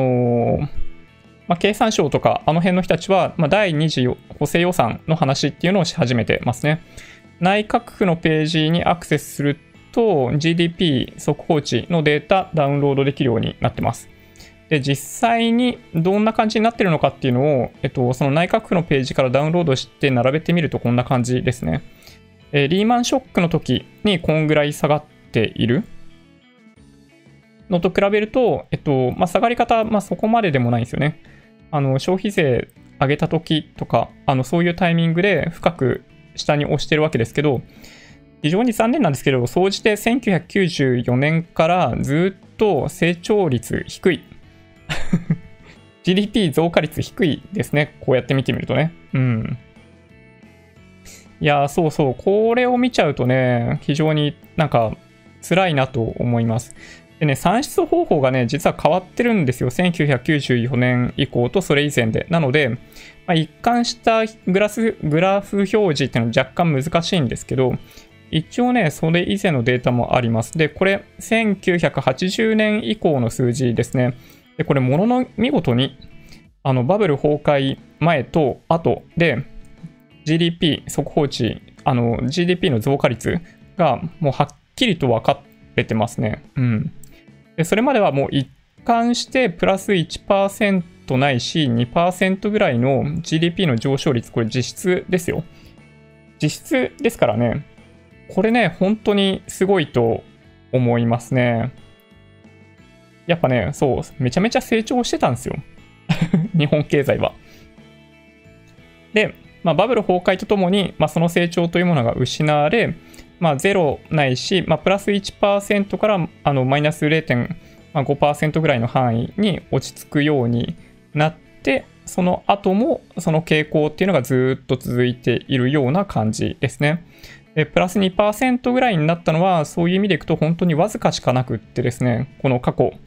経産省とかあの辺の人たちは、第2次補正予算の話っていうのをし始めてますね。内閣府のページにアクセスすると GDP 速報値のデータダウンロードできるようになってます。で、実際にどんな感じになってるのかっていうのを、その内閣府のページからダウンロードして並べてみるとこんな感じですね。リーマンショックの時にこんぐらい下がっているのと比べると、下がり方、そこまででもないんですよね。消費税上げた時とか、そういうタイミングで深く下に押してるわけですけど、非常に残念なんですけど、総じて1994年からずっと成長率低い。GDP 増加率低いですね。こうやって見てみるとね。うん。いや、そうそう。これを見ちゃうとね、非常になんか辛いなと思います。でね、算出方法がね、実は変わってるんですよ。1994年以降とそれ以前で。なので、一貫したグラフ表示っていうのは若干難しいんですけど、一応ね、それ以前のデータもあります。で、これ、1980年以降の数字ですね。で、これ、ものの見事に、バブル崩壊前と後で、GDP 速報値、GDP の増加率がもうはっきりと分かれてますね。うん。で、それまではもう一貫してプラス 1% ないし 2% ぐらいの GDP の上昇率、これ実質ですよ。実質ですからね。これね、本当にすごいと思いますね。やっぱね、そう、めちゃめちゃ成長してたんですよ。日本経済は。で、バブル崩壊とともに、その成長というものが失われ、ゼロないし、プラス 1% からマイナス 0.5% ぐらいの範囲に落ち着くようになって、 その後もその傾向っていうのがずっと続いているような感じですね。でプラス 2% ぐらいになったのは、そういう意味でいくと本当にわずかしかなくってですね、この過去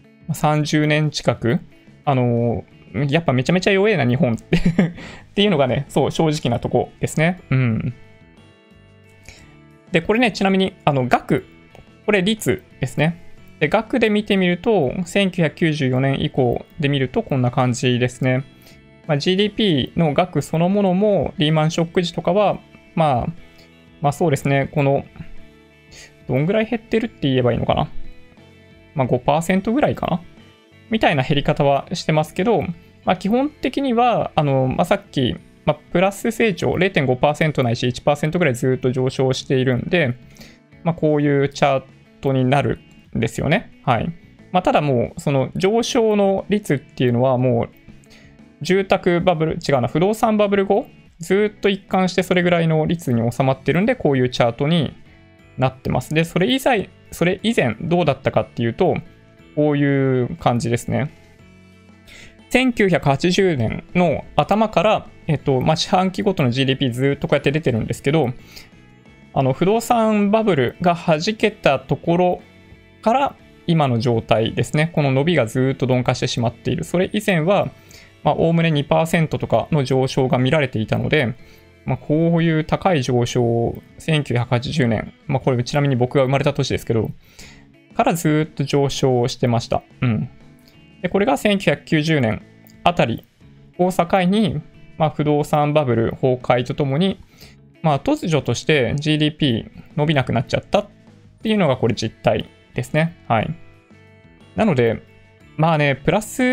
30年近く、やっぱめちゃめちゃ弱えな日本ってっていうのがね、そう正直なとこですね。うん。で、これね、ちなみに、額、これ率ですね。で、額で見てみると、1994年以降で見るとこんな感じですね。GDP の額そのものもリーマンショック時とかは、まあそうですね、この、どんぐらい減ってるって言えばいいのかな。5% ぐらいかなみたいな減り方はしてますけど、基本的には、さっき、プラス成長 0.5% ないし 1% ぐらいずっと上昇しているんで、こういうチャートになるんですよね。はい。ただもう、その上昇の率っていうのはもう、住宅バブル、違うな、不動産バブル後、ずっと一貫してそれぐらいの率に収まってるんで、こういうチャートになってます。で、それ以前どうだったかっていうと、こういう感じですね。1980年の頭から、四半期ごとの GDP ずっとこうやって出てるんですけど、不動産バブルが弾けたところから今の状態ですね。この伸びがずっと鈍化してしまっている。それ以前は、おおむね 2% とかの上昇が見られていたので、こういう高い上昇を1980年、これちなみに僕が生まれた年ですけど、からずっと上昇してました。うん。で、これが1990年あたりを境に、不動産バブル崩壊とともに、突如として GDP 伸びなくなっちゃったっていうのがこれ実態ですね。はい。なので、プラス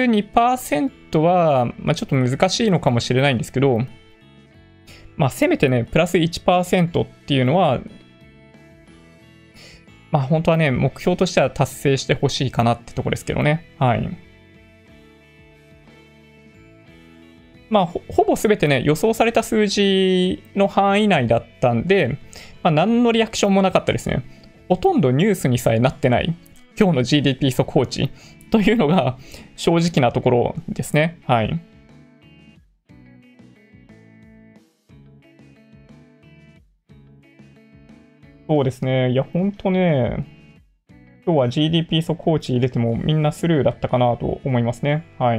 2% は、ちょっと難しいのかもしれないんですけど、せめてね、プラス 1% っていうのは、本当はね、目標としては達成してほしいかなってとこですけどね。はい。ほぼ全てね、予想された数字の範囲内だったんで、何のリアクションもなかったですね。ほとんどニュースにさえなってない今日の GDP 速報値というのが正直なところですね。はい。そうですね。いや、ほんとね、今日は GDP 速報値入れてもみんなスルーだったかなと思いますね。はい。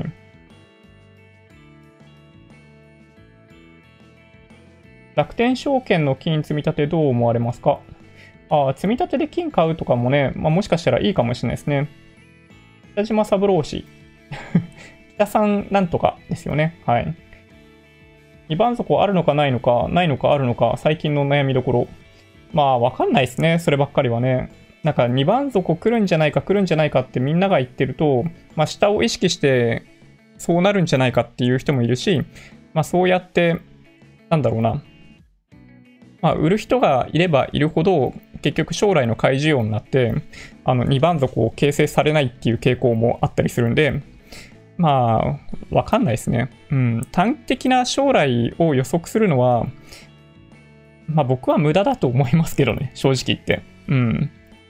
楽天証券の金積み立てどう思われますか？積み立てで金買うとかもね、もしかしたらいいかもしれないですね。北島三郎氏。北さんなんとかですよね。はい。2番底あるのかないのか、ないのかあるのか、最近の悩みどころ。わかんないですね。そればっかりはね。なんか2番底来るんじゃないか来るんじゃないかってみんなが言ってると、下を意識してそうなるんじゃないかっていう人もいるし、そうやって、なんだろうな。売る人がいればいるほど、結局将来の買い需要になって、2番底を形成されないっていう傾向もあったりするんで、わかんないですね。うん。短期的な将来を予測するのは、僕は無駄だと思いますけどね、正直言って。うん。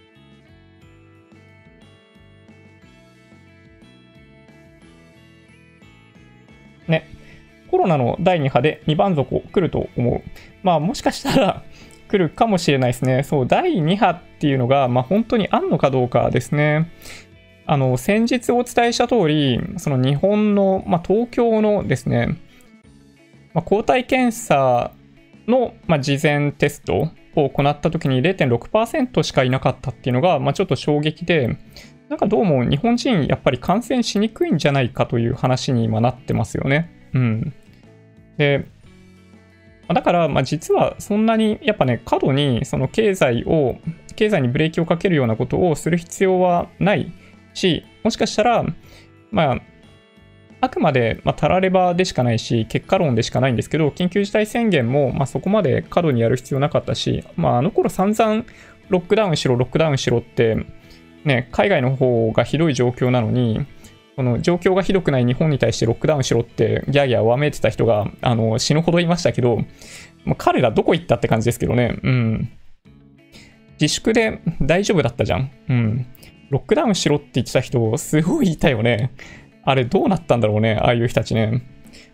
ね。コロナの第2波で2番底来ると思う。もしかしたら来るかもしれないですね。そう、第2波っていうのが、本当にあんのかどうかですね。先日お伝えした通り、その日本の、東京のですね、抗体検査の、事前テストを行った時に 0.6% しかいなかったっていうのが、ちょっと衝撃で、なんかどうも日本人やっぱり感染しにくいんじゃないかという話に今なってますよね。うん。で、だから実はそんなにやっぱね、過度にその経済にブレーキをかけるようなことをする必要はないし、もしかしたら、あくまでたらればでしかないし、結果論でしかないんですけど、緊急事態宣言もそこまで過度にやる必要なかったし、あの頃散々ロックダウンしろって、ね、海外の方がひどい状況なのに、この状況がひどくない日本に対してロックダウンしろってギャーギャーわめいてた人が死ぬほどいましたけど、彼らどこ行ったって感じですけどね。うん。自粛で大丈夫だったじゃん。うん。ロックダウンしろって言ってた人、すごいいたよね。あれどうなったんだろうね、ああいう人たちね。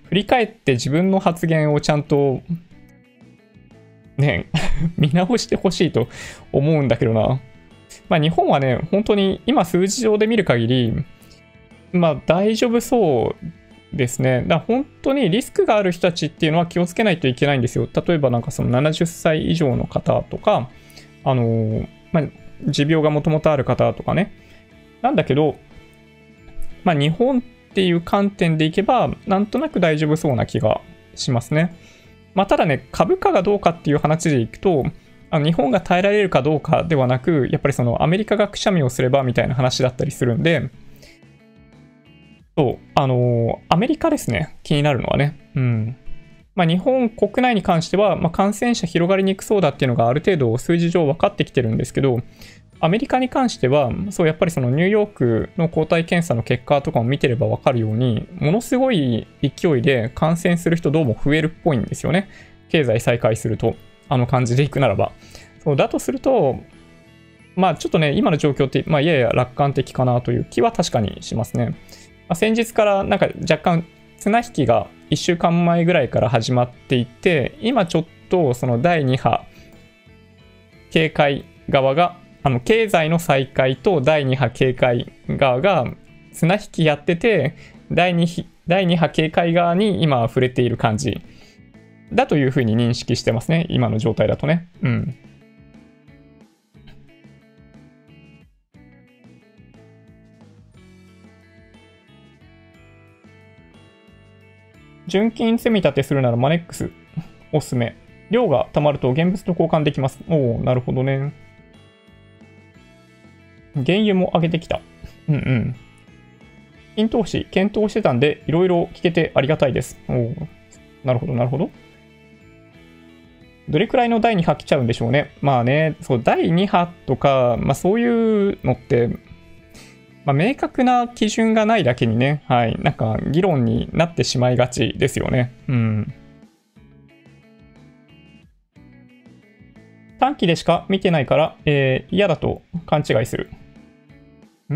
振り返って自分の発言をちゃんと、ね、見直してほしいと思うんだけどな。まあ日本はね、本当に今数字上で見る限り、まあ大丈夫そうですね。だから本当にリスクがある人たちっていうのは気をつけないといけないんですよ。例えばなんかその70歳以上の方とか、まあ、持病がもともとある方とかね。なんだけど、まあ日本っていう観点でいけば、なんとなく大丈夫そうな気がしますね。まあただね、株価がどうかっていう話でいくと、日本が耐えられるかどうかではなく、やっぱりそのアメリカがくしゃみをすればみたいな話だったりするんで、そう、アメリカですね、気になるのはね。うん。まあ、日本国内に関しては、まあ、感染者広がりにくそうだっていうのがある程度数字上分かってきてるんですけど、アメリカに関しては、そう、やっぱりそのニューヨークの抗体検査の結果とかを見てれば分かるように、ものすごい勢いで感染する人どうも増えるっぽいんですよね。経済再開すると、感じでいくならば。そうだとすると、まあちょっとね、今の状況って、まあやや楽観的かなという気は確かにしますね。まあ、先日からなんか若干綱引きが1週間前ぐらいから始まっていて、今ちょっとその第2波警戒側が、経済の再開と第2波警戒側が綱引きやってて、第2波警戒側に今触れている感じだというふうに認識してますね。今の状態だとね。うん。純金積み立てするならマネックスおすすめ。量が溜まると現物と交換できます。おお、なるほどね。原油も上げてきた。うんうん。金投資、検討してたんで、いろいろ聞けてありがたいです。おお、なるほど、なるほど。どれくらいの第2波来ちゃうんでしょうね。まあね、そう、第2波とか、まあそういうのって、まあ、明確な基準がないだけにね、はい、なんか議論になってしまいがちですよね。うん。短期でしか見てないから、嫌だと勘違いする。うん。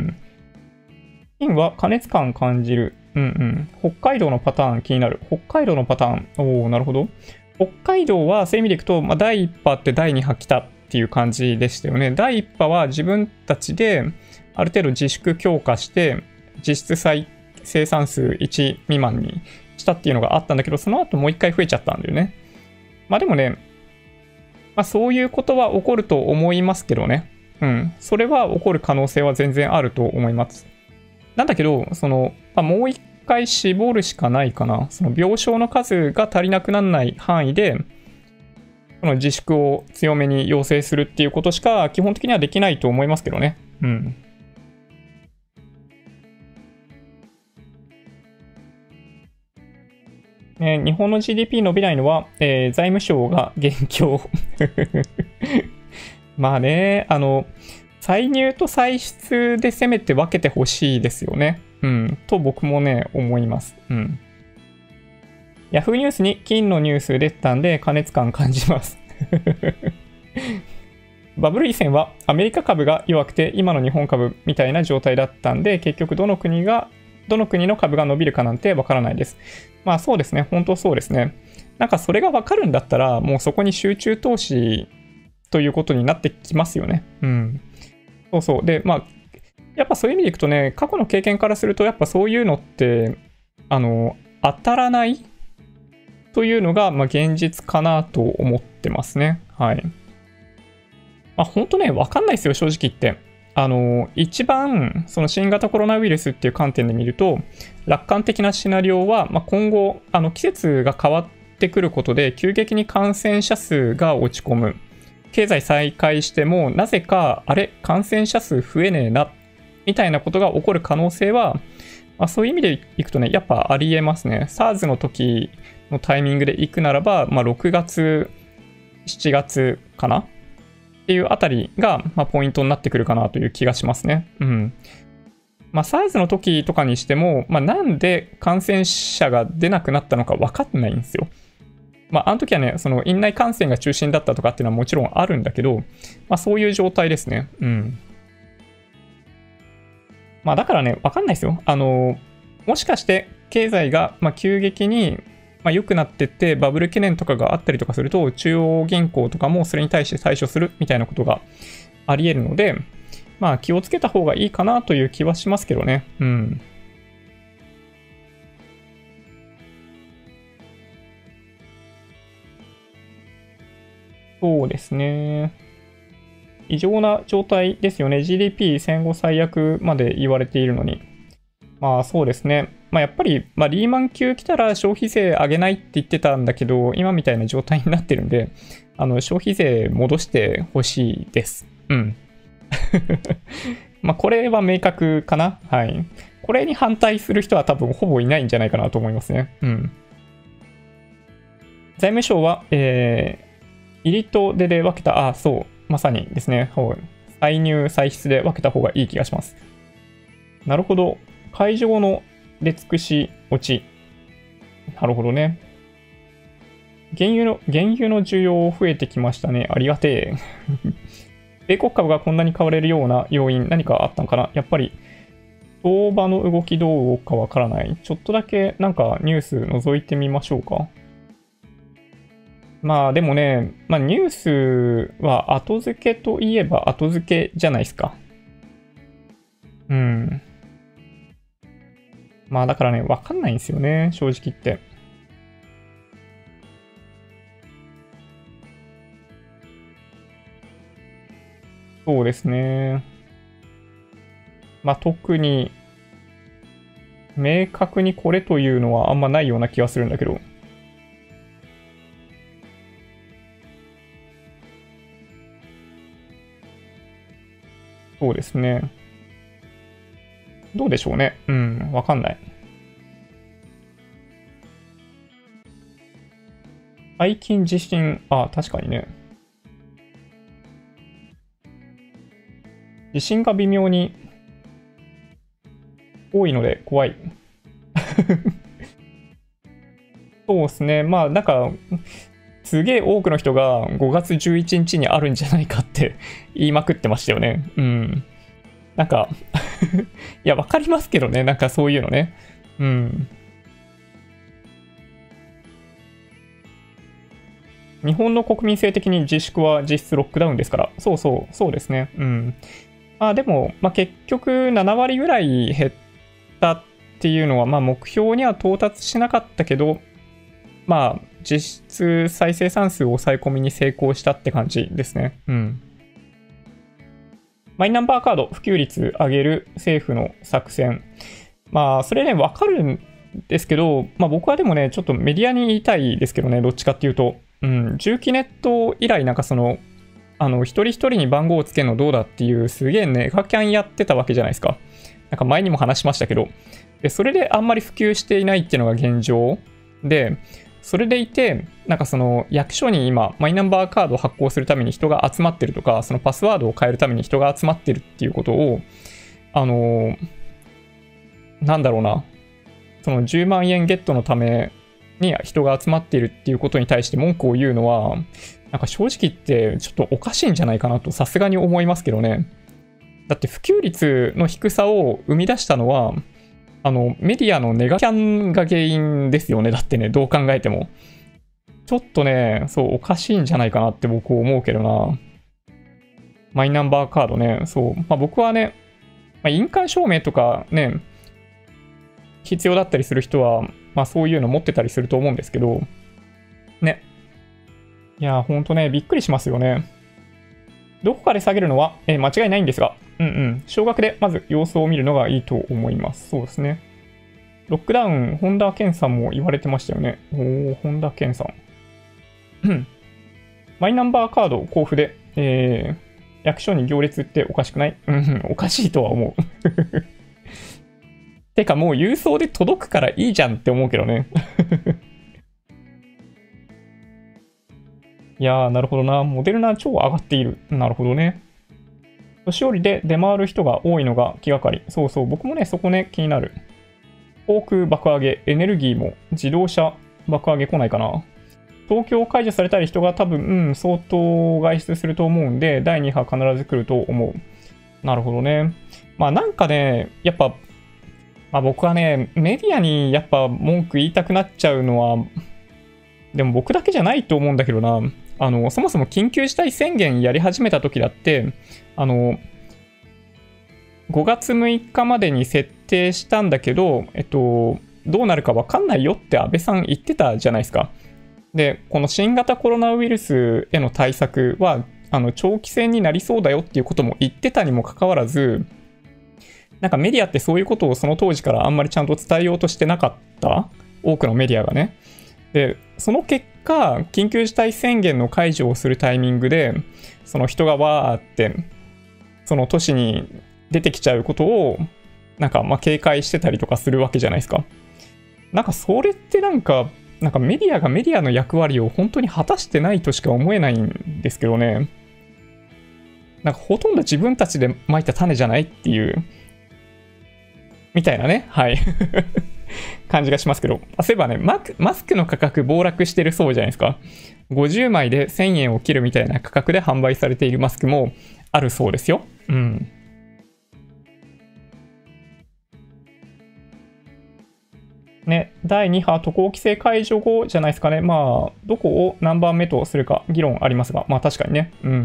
金は加熱感感じる。うんうん。北海道のパターン気になる。北海道のパターン。おお、なるほど。北海道はそういう意味でいくと、まあ、第1波って第2波来たっていう感じでしたよね。第1波は自分たちである程度自粛強化して、実質生産数1未満にしたっていうのがあったんだけど、その後もう一回増えちゃったんだよね。まあでもね、まあそういうことは起こると思いますけどね。うん。それは起こる可能性は全然あると思います。なんだけど、まあ、もう一回絞るしかないかな。その病床の数が足りなくならない範囲で、その自粛を強めに要請するっていうことしか基本的にはできないと思いますけどね。うん。日本の GDP 伸びないのは、財務省が現況。まあね、歳入と歳出でせめて分けてほしいですよね。うん。と僕もね、思います。うん。Yahoo ニュースに金のニュース出てたんで、過熱感感じます。バブル以前はアメリカ株が弱くて、今の日本株みたいな状態だったんで、結局どの国の株が伸びるかなんてわからないです。まあそうですね。本当そうですね。なんかそれがわかるんだったら、もうそこに集中投資ということになってきますよね。うん。そうそう。で、まあ、やっぱそういう意味でいくとね、過去の経験からすると、やっぱそういうのって、当たらないというのが、まあ現実かなと思ってますね。はい。まあ本当ね、わかんないですよ、正直言って。一番、その新型コロナウイルスっていう観点で見ると、楽観的なシナリオは、まあ、今後、季節が変わってくることで、急激に感染者数が落ち込む。経済再開しても、なぜか、感染者数増えねえな、みたいなことが起こる可能性は、まあ、そういう意味でいくとね、やっぱありえますね。SARS の時のタイミングで行くならば、まあ、6月、7月かなっていうあたりが、まあ、ポイントになってくるかなという気がしますね。うん。まあ、SARS の時とかにしても、まあ、なんで感染者が出なくなったのか分かんないんですよ。まあ、あの時はね、その院内感染が中心だったとかっていうのはもちろんあるんだけど、まあ、そういう状態ですね。うん。まあ、だからね、分かんないですよ。もしかして経済が、急激に、良くなってって、バブル懸念とかがあったりとかすると、中央銀行とかもそれに対して対処するみたいなことがあり得るので、気をつけた方がいいかなという気はしますけどね。うん。そうですね。異常な状態ですよね。GDP 戦後最悪まで言われているのに。そうですね。やっぱり、リーマン級来たら消費税上げないって言ってたんだけど、今みたいな状態になってるんで、消費税戻してほしいです。うん。これは明確かな。はい。これに反対する人は多分ほぼいないんじゃないかなと思いますね。うん。財務省は、入りと出で分けた、そう、まさにですね。歳入、歳出で分けた方がいい気がします。なるほど。会場の出尽くし落ち。なるほどね。原油の需要増えてきましたね。ありがてえ。米国株がこんなに買われるような要因、何かあったのかな。やっぱり、相場の動きどう動くかわからない。ちょっとだけなんかニュース覗いてみましょうか。でもね、ニュースは後付けといえば後付けじゃないですか。うん。だからね、わかんないんですよね、正直言って。そうですね。特に、明確にこれというのはあんまないような気がするんだけど。そうですね。どうでしょうね。うん、わかんない。最近地震、確かにね。地震が微妙に多いので怖い。そうですね。なんか、すげえ多くの人が5月11日にあるんじゃないかって言いまくってましたよね。うん。なんかいや、わかりますけどね。なんかそういうのね。うん。日本の国民性的に自粛は実質ロックダウンですから。そうですね。うん。でも、結局7割ぐらい減ったっていうのは、目標には到達しなかったけど、実質再生産数を抑え込みに成功したって感じですね。うん。マイナンバーカード普及率上げる政府の作戦。それね、わかるんですけど、僕はでもね、ちょっとメディアに言いたいですけどね、どっちかっていうと。うん、重機ネット以来、なんかその、一人一人に番号をつけるのどうだっていう、すげえネガキャンやってたわけじゃないですか。なんか前にも話しましたけど。で、それであんまり普及していないっていうのが現状で、それでいて、なんかその役所に今、マイナンバーカードを発行するために人が集まってるとか、そのパスワードを変えるために人が集まってるっていうことを、なんだろうな、その10万円ゲットのために人が集まっているっていうことに対して文句を言うのは、なんか正直言ってちょっとおかしいんじゃないかなとさすがに思いますけどね。だって普及率の低さを生み出したのは、メディアのネガキャンが原因ですよね。だってね、どう考えても。ちょっとね、そう、おかしいんじゃないかなって僕思うけどな。マイナンバーカードね、そう。僕はね、印鑑証明とかね、必要だったりする人は、そういうの持ってたりすると思うんですけど、ね。いや、ほんとね、びっくりしますよね。どこかで下げるのは、間違いないんですが、少額でまず様子を見るのがいいと思います。そうですね。ロックダウン、本田健さんも言われてましたよね。本田健さん。マイナンバーカード交付で、役所に行列っておかしくない？おかしいとは思う。てかもう郵送で届くからいいじゃんって思うけどね。いやー、なるほどな。モデルナ超上がっている。なるほどね。年寄りで出回る人が多いのが気がかり。そうそう、僕もね、そこね、気になる。航空爆上げ、エネルギーも自動車爆上げ来ないかな。東京解除されたり人が多分、相当外出すると思うんで、第2波必ず来ると思う。なるほどね。なんかね、やっぱ、 まあ僕はね、メディアにやっぱ文句言いたくなっちゃうのは、でも僕だけじゃないと思うんだけどな。そもそも緊急事態宣言やり始めた時だって、5月6日までに設定したんだけど、どうなるか分かんないよって安倍さん言ってたじゃないですか。で、この新型コロナウイルスへの対策は、長期戦になりそうだよっていうことも言ってたにもかかわらず、なんかメディアってそういうことをその当時からあんまりちゃんと伝えようとしてなかった。多くのメディアがね。で、その結果、緊急事態宣言の解除をするタイミングで、その人がわーって、その都市に出てきちゃうことを、なんか警戒してたりとかするわけじゃないですか。なんかそれってなんかメディアがメディアの役割を本当に果たしてないとしか思えないんですけどね。なんかほとんど自分たちで蒔いた種じゃないっていう、みたいなね、はい。感じがしますけど、そういえばね、マスクの価格暴落してるそうじゃないですか。50枚で1000円を切るみたいな価格で販売されているマスクもあるそうですよ。うん。ね、第2波渡航規制解除後じゃないですかね。まあ、どこを何番目とするか議論ありますが、まあ確かにね。うん。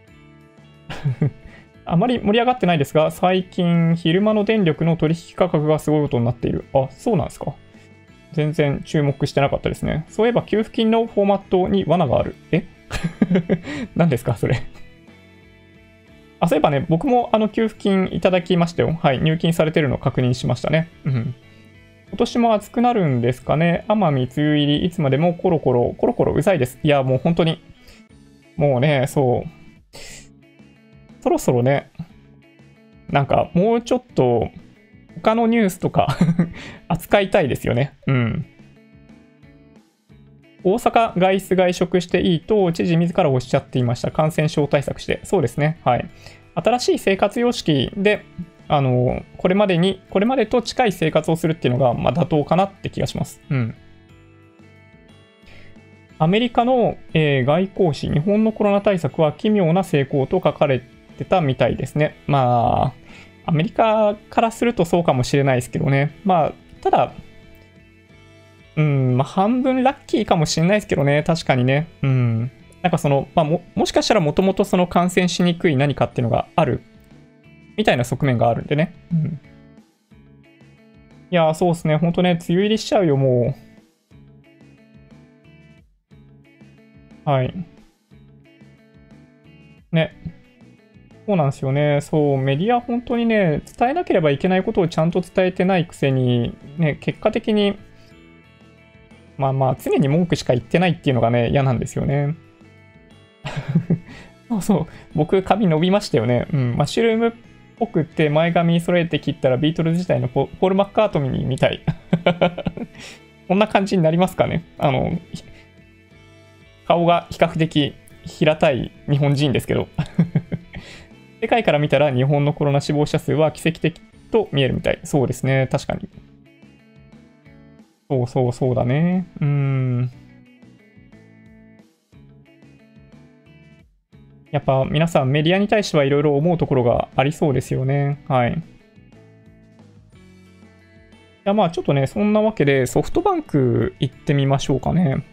あまり盛り上がってないですが、最近、昼間の電力の取引価格がすごいことになっている。あ、そうなんですか。全然注目してなかったですね。そういえば、給付金のフォーマットに罠がある。何ですか、それ。あ、そういえばね、僕も給付金いただきましたよ。はい、入金されてるのを確認しましたね。うん。今年も暑くなるんですかね。奄美梅雨入り、いつまでもコロコロうざいです。いや、もう本当に、もうね、そう。そろそろね、なんかもうちょっと他のニュースとか扱いたいですよね。うん。大阪外出外食していいと知事自らおっしゃっていました。感染症対策して。そうですね。はい。新しい生活様式で、これまでと近い生活をするっていうのが、妥当かなって気がします。うん。アメリカの、外交誌、日本のコロナ対策は奇妙な成功と書かれてたみたいですね。まあ、アメリカからするとそうかもしれないですけどね。まあ、ただ、半分ラッキーかもしれないですけどね。確かにね。うん。なんかもしかしたらもともとその感染しにくい何かっていうのがあるみたいな側面があるんでね。うん。いやー、そうですね。ほんとね、梅雨入りしちゃうよ、もう。はい。ね。そうなんですよね。そう、メディア本当にね、伝えなければいけないことをちゃんと伝えてないくせに、ね、結果的に、常に文句しか言ってないっていうのがね、嫌なんですよね。そうそう、僕、髪伸びましたよね。うん、マッシュルームっぽくって前髪揃えて切ったらビートルズ自体のポール・マッカートニーみたい。こんな感じになりますかね。顔が比較的平たい日本人ですけど。世界から見たら日本のコロナ死亡者数は奇跡的と見えるみたい。そうですね。確かに。そうだね。やっぱ皆さんメディアに対してはいろいろ思うところがありそうですよね。はい。いやちょっとね、そんなわけでソフトバンク行ってみましょうかね。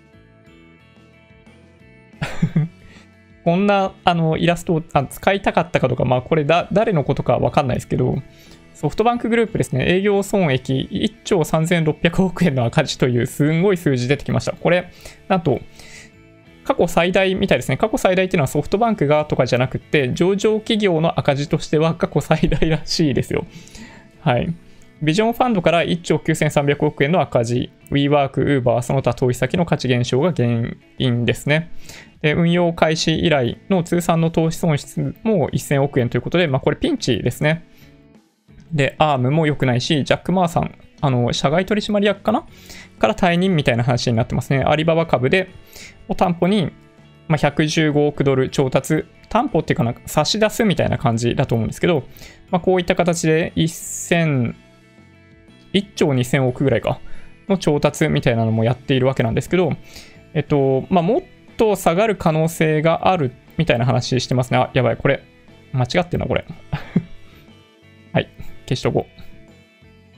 こんなイラストを使いたかったかとか、これ誰のことかわかんないですけど、ソフトバンクグループですね、営業損益1兆3600億円の赤字というすんごい数字出てきました。これ、なんと、過去最大みたいですね。過去最大っていうのはソフトバンクがとかじゃなくて、上場企業の赤字としては過去最大らしいですよ。はい。ビジョンファンドから1兆9300億円の赤字、WeWork、Uber、その他投資先の価値減少が原因ですね。で運用開始以来の通算の投資損失も1000億円ということで、これピンチですね。で、ARM も良くないし、ジャック・マーさん、社外取締役かなから退任みたいな話になってますね。アリババ株で、を担保に、115億ドル調達、担保っていうか差し出すみたいな感じだと思うんですけど、こういった形で1兆2000億ぐらいかの調達みたいなのもやっているわけなんですけど、もっと下がる可能性があるみたいな話してますね。あ、やばい、これ、間違ってんな、これ。はい、消しとこう。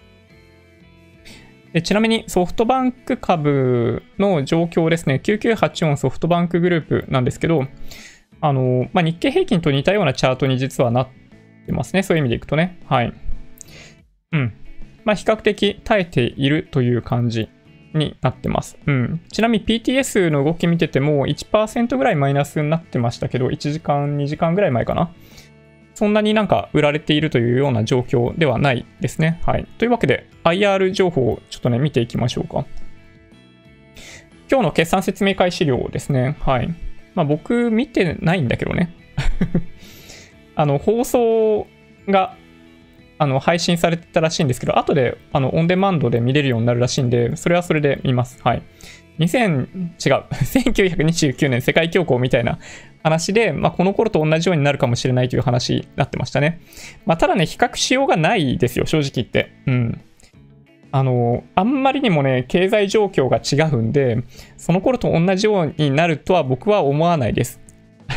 でちなみにソフトバンク株の状況ですね。9984ソフトバンクグループなんですけど、日経平均と似たようなチャートに実はなってますね。そういう意味でいくとね。はい。比較的耐えているという感じになってます。ちなみに PTS の動き見てても 1% ぐらいマイナスになってましたけど、1時間、2時間ぐらい前かな。そんなになんか売られているというような状況ではないですね。はい。というわけで IR 情報をちょっとね、見ていきましょうか。今日の決算説明会資料ですね。はい。僕見てないんだけどね。放送が配信されてたらしいんですけど、後でオンデマンドで見れるようになるらしいんで、それはそれで見ます。はい。1929年世界恐慌みたいな話で、この頃と同じようになるかもしれないという話になってましたね。ただね、比較しようがないですよ、正直言って。あんまりにもね、経済状況が違うんで、その頃と同じようになるとは僕は思わないです。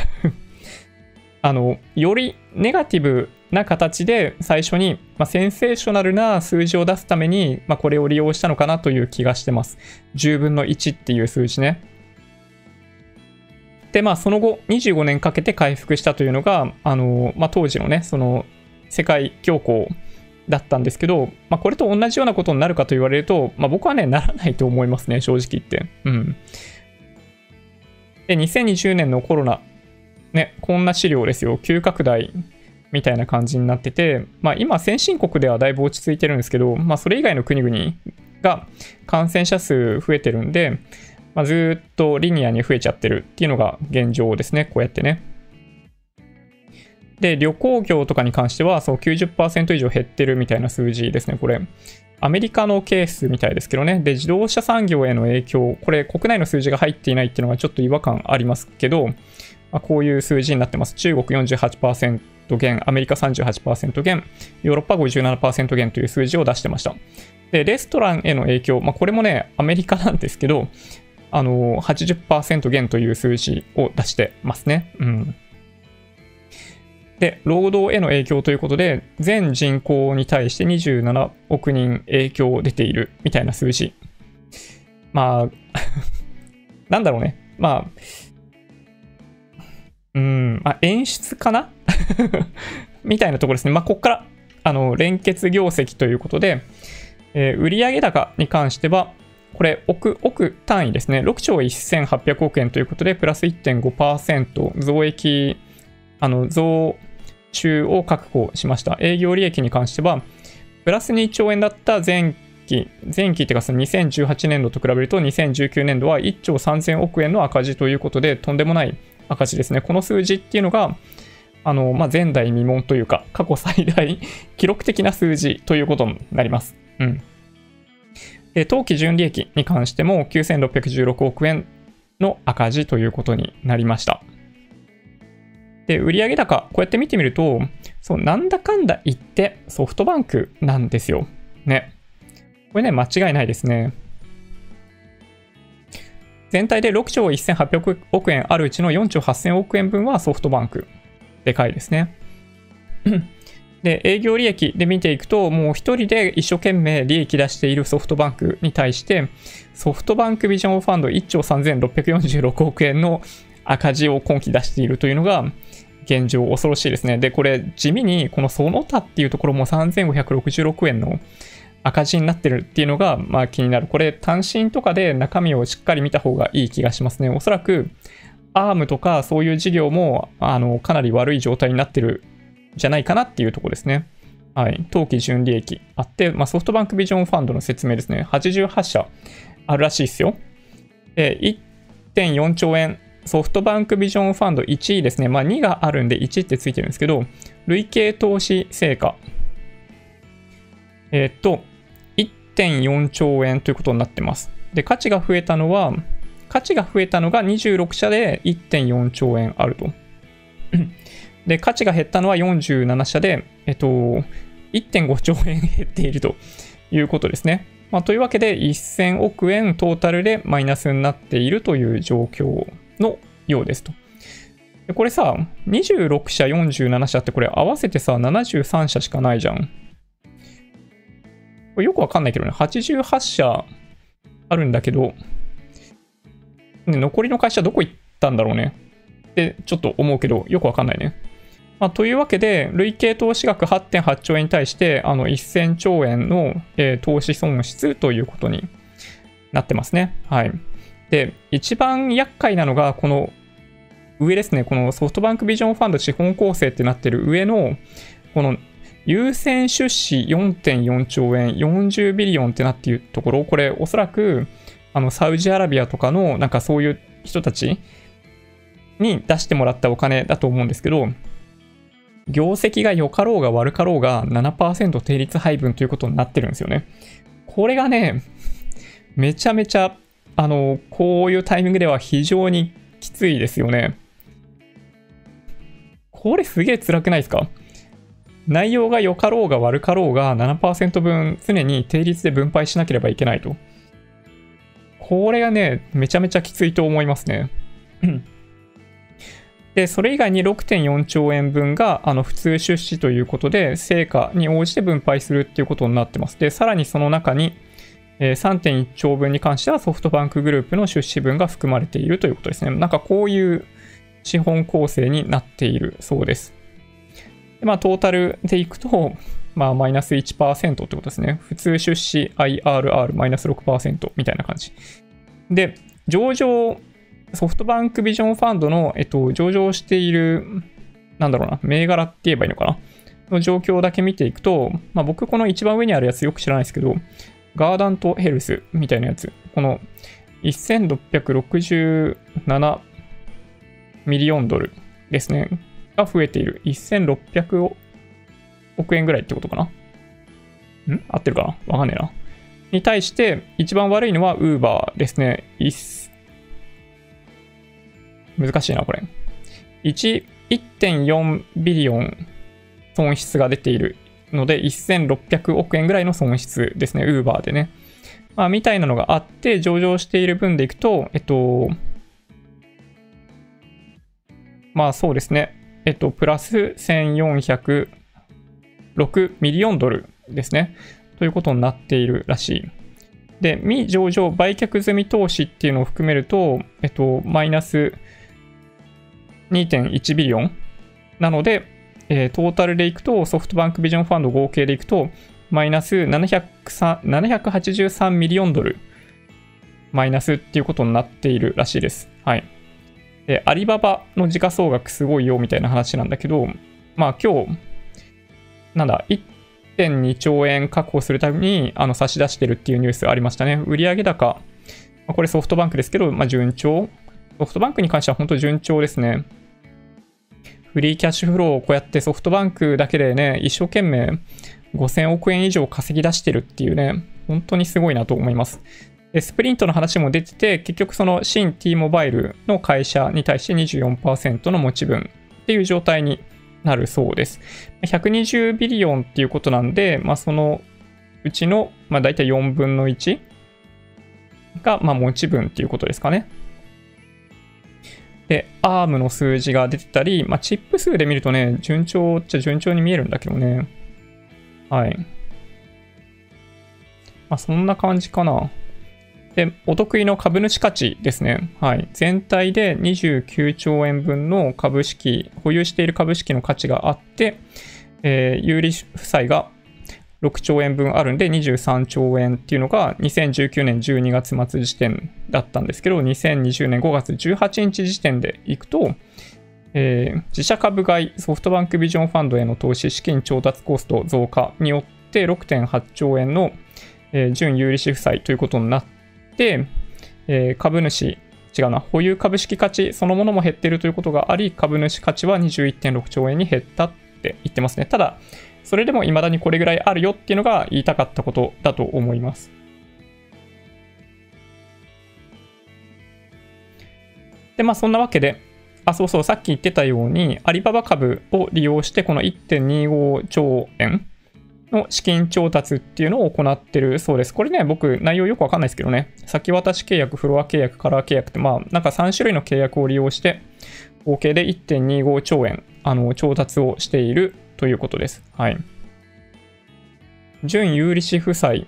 よりネガティブな形で最初に、センセーショナルな数字を出すために、これを利用したのかなという気がしてます。10分の1っていう数字ね。で、その後、25年かけて回復したというのが、当時のね、その世界恐慌だったんですけど、これと同じようなことになるかと言われると、僕はね、ならないと思いますね、正直言って。で、2020年のコロナ、ね、こんな資料ですよ。急拡大みたいな感じになってて、今、先進国ではだいぶ落ち着いてるんですけど、それ以外の国々が感染者数増えてるんで、ずっとリニアに増えちゃってるっていうのが現状ですね。こうやってね。で、旅行業とかに関しては、そう 90% 以上減ってるみたいな数字ですね、これ。アメリカのケースみたいですけどね。で、自動車産業への影響、これ国内の数字が入っていないっていうのがちょっと違和感ありますけど、こういう数字になってます。中国 48% 減、アメリカ 38% 減、ヨーロッパ 57% 減という数字を出してました。で、レストランへの影響、これもね、アメリカなんですけど、80% 減という数字を出してますね。で、労働への影響ということで、全人口に対して27億人影響出ているみたいな数字。なんだろうね。演出かなみたいなところですね。ここから、連結業績ということで、売上高に関しては、これ、億単位ですね。6兆1800億円ということで、プラス 1.5% 増益、増収を確保しました。営業利益に関しては、プラス2兆円だった前期っていうか、その2018年度と比べると、2019年度は1兆3000億円の赤字ということで、とんでもない赤字ですね。この数字っていうのが、前代未聞というか、過去最大記録的な数字ということになります。で、当期純利益に関しても9616億円の赤字ということになりました。で、売上高、こうやって見てみると、なんだかんだ言ってソフトバンクなんですよ。ね。これね、間違いないですね。全体で6兆1800億円あるうちの4兆8000億円分はソフトバンク。でかいですね。で、営業利益で見ていくと、もう一人で一生懸命利益出しているソフトバンクに対して、ソフトバンクビジョンファンド1兆3646億円の赤字を今期出しているというのが現状恐ろしいですね。で、これ地味にこのその他っていうところも3566円の赤字になってるっていうのが気になる。これ単身とかで中身をしっかり見た方がいい気がしますね。おそらくアームとかそういう事業もかなり悪い状態になってるんじゃないかなっていうところですね。はい。当期純利益あって、ソフトバンクビジョンファンドの説明ですね。88社あるらしいですよ。1.4 兆円。ソフトバンクビジョンファンド1位ですね。2があるんで1ってついてるんですけど、累計投資成果。1.4 兆円ということになってます。で、価値が増えたのが26社で 1.4 兆円あると。で、価値が減ったのは47社で、1.5 兆円減っているということですね。というわけで、1000億円トータルでマイナスになっているという状況のようですと。でこれさ、26社、47社ってこれ合わせてさ、73社しかないじゃん。これよくわかんないけどね、88社あるんだけど、ね、残りの会社どこ行ったんだろうねってちょっと思うけど、よくわかんないね。というわけで、累計投資額 8.8 兆円に対して、1000兆円の、投資損失ということになってますね。はい。で、一番厄介なのが、この上ですね、このソフトバンクビジョンファンド資本構成ってなってる上の、この優先出資 4.4 兆円、40ビリオンってなっているところ、これおそらく、サウジアラビアとかの、なんかそういう人たちに出してもらったお金だと思うんですけど、業績が良かろうが悪かろうが 7% 定率配分ということになってるんですよね。これがね、めちゃめちゃ、こういうタイミングでは非常にきついですよね。これすげえ辛くないですか？内容が良かろうが悪かろうが 7% 分常に定率で分配しなければいけないと。これがね、めちゃめちゃきついと思いますね。で、それ以外に 6.4 兆円分が普通出資ということで、成果に応じて分配するっていうことになってます。で、さらにその中に、3.1 兆分に関してはソフトバンクグループの出資分が含まれているということですね。なんかこういう資本構成になっているそうです。でトータルでいくと、マイナス 1% ってことですね。普通出資 IRR マイナス 6% みたいな感じ。で、上場、ソフトバンクビジョンファンドの、上場している、銘柄って言えばいいのかなの状況だけ見ていくと、僕この一番上にあるやつよく知らないですけど、ガーダントヘルスみたいなやつ、この1667ミリオンドルですね、が増えている。1600億円ぐらいってことかな？合ってるかな？わかんねえな。に対して、一番悪いのは Uber ですね。難しいな、これ。1.4 ビリオン損失が出ているので、1600億円ぐらいの損失ですね、Uber でね。みたいなのがあって、上場している分でいくと、そうですね。プラス1406ミリオンドルですね。ということになっているらしい。で、未上場売却済み投資っていうのを含めると、マイナス 2.1 ビリオンなので、トータルでいくと、ソフトバンクビジョンファンド合計でいくと、マイナス783ミリオンドルマイナスっていうことになっているらしいです。はい。で、アリババの時価総額すごいよみたいな話なんだけど、今日、1.2 兆円確保するために差し出してるっていうニュースありましたね。売上高、これソフトバンクですけど、順調。ソフトバンクに関しては本当順調ですね。フリーキャッシュフローをこうやってソフトバンクだけでね、一生懸命5000億円以上稼ぎ出してるっていうね、本当にすごいなと思います。で、スプリントの話も出てて、結局その新 T モバイルの会社に対して 24% の持ち分っていう状態になるそうです。120ビリオンっていうことなんで、そのうちの、だいたい4分の1が、持ち分っていうことですかね。で、ARM の数字が出てたり、チップ数で見るとね、順調っちゃ順調に見えるんだけどね。はい。そんな感じかな。で、お得意の株主価値ですね。はい。全体で29兆円分の株式、保有している株式の価値があって、有利負債が6兆円分あるんで23兆円っていうのが2019年12月末時点だったんですけど、2020年5月18日時点でいくと、自社株買い、ソフトバンクビジョンファンドへの投資資金調達コスト増加によって 6.8 兆円の、純有利子負債ということになって、保有株式価値そのものも減っているということがあり、株主価値は 21.6 兆円に減ったって言ってますね。ただ、それでも未だにこれぐらいあるよっていうのが言いたかったことだと思います。で、そんなわけで、さっき言ってたように、アリババ株を利用して、この 1.25 兆円の資金調達っていうのを行ってるそうです。これね、僕、内容よくわかんないですけどね、先渡し契約、フロア契約、カラー契約って、3種類の契約を利用して、合計で 1.25 兆円、調達をしているということです。はい。 準有利子負債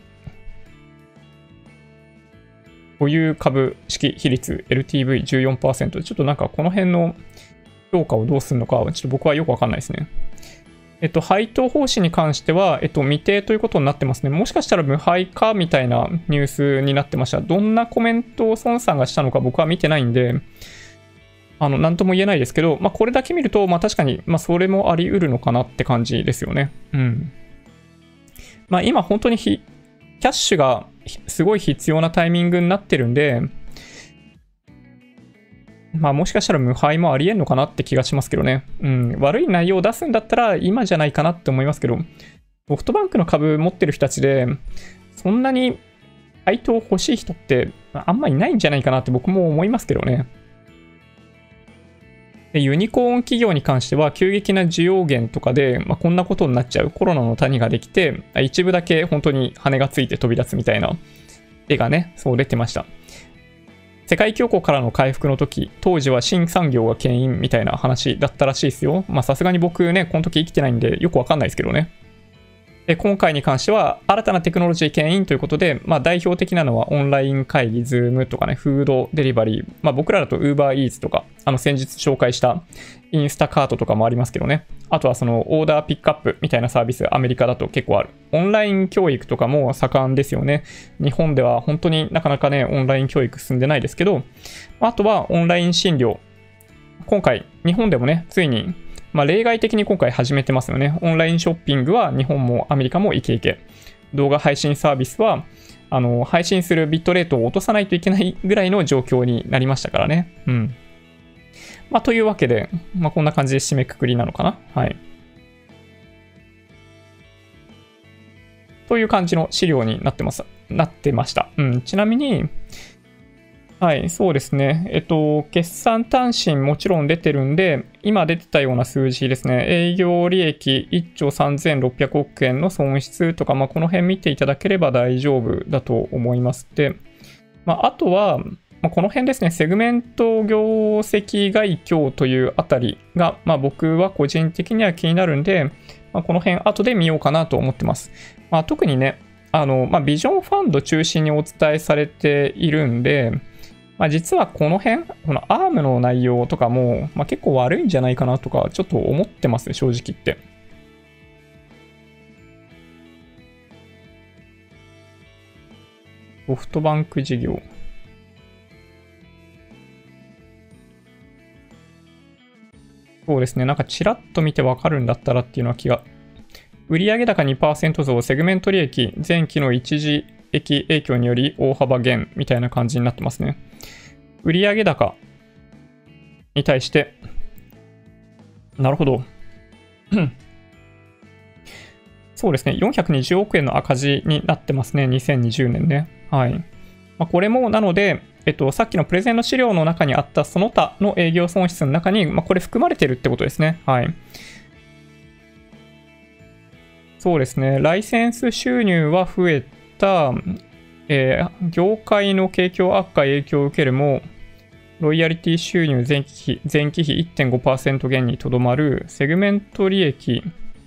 保有株式比率 LTV14%。ちょっとなんかこの辺の評価をどうするのか、ちょっと僕はよくわかんないですね。配当方針に関しては、未定ということになってますね。もしかしたら無配かみたいなニュースになってました。どんなコメントを孫さんがしたのか僕は見てないんで、なんとも言えないですけど、これだけ見ると、確かに、それもあり得るのかなって感じですよね。うん。今本当にキャッシュがすごい必要なタイミングになってるんで、もしかしたら無敗もありえんのかなって気がしますけどね。うん。悪い内容を出すんだったら今じゃないかなって思いますけど、ソフトバンクの株持ってる人たちで、そんなに配当欲しい人ってあんまいないんじゃないかなって僕も思いますけどね。でユニコーン企業に関しては急激な需要減とかで、こんなことになっちゃう。コロナの谷ができて、一部だけ本当に羽がついて飛び立つみたいな絵がね、そう出てました。世界恐慌からの回復の時、当時は新産業が牽引みたいな話だったらしいですよ。さすがに僕ね、この時生きてないんでよくわかんないですけどね。で今回に関しては、新たなテクノロジー牽引ということで、代表的なのはオンライン会議、Zoom とかね、フードデリバリー、僕らだと UberEats とか、先日紹介したインスタカートとかもありますけどね。あとはそのオーダーピックアップみたいなサービス、アメリカだと結構ある。オンライン教育とかも盛んですよね。日本では本当になかなかね、オンライン教育進んでないですけど、あとはオンライン診療。今回、日本でもね、ついに、例外的に今回始めてますよね。オンラインショッピングは日本もアメリカもイケイケ。動画配信サービスは、配信するビットレートを落とさないといけないぐらいの状況になりましたからね。うん。というわけで、こんな感じで締めくくりなのかな。はい。という感じの資料になってました。うん。ちなみに、はい、そうですね。決算単身もちろん出てるんで、今出てたような数字ですね。営業利益1兆3600億円の損失とか、この辺見ていただければ大丈夫だと思います。で、あとは、この辺ですね、セグメント業績概況というあたりが、僕は個人的には気になるんで、この辺後で見ようかなと思ってます。特にね、ビジョンファンド中心にお伝えされているんで、実はこの辺、この ARM の内容とかも、結構悪いんじゃないかなとか、ちょっと思ってますね、正直言って。ソフトバンク事業。そうですね、なんかチラッと見てわかるんだったらっていうのは気が。売上高 2% 増、セグメント利益、前期の一時益影響により大幅減みたいな感じになってますね。売上高に対して、なるほど。そうですね、420億円の赤字になってますね、2020年ね。はい。これも、なので、さっきのプレゼンの資料の中にあったその他の営業損失の中に、これ含まれてるってことですね。はい。そうですね、ライセンス収入は増えた、業界の景況悪化影響を受けるも、ロイヤリティ収入前期比 1.5% 減にとどまる、セグメント利益、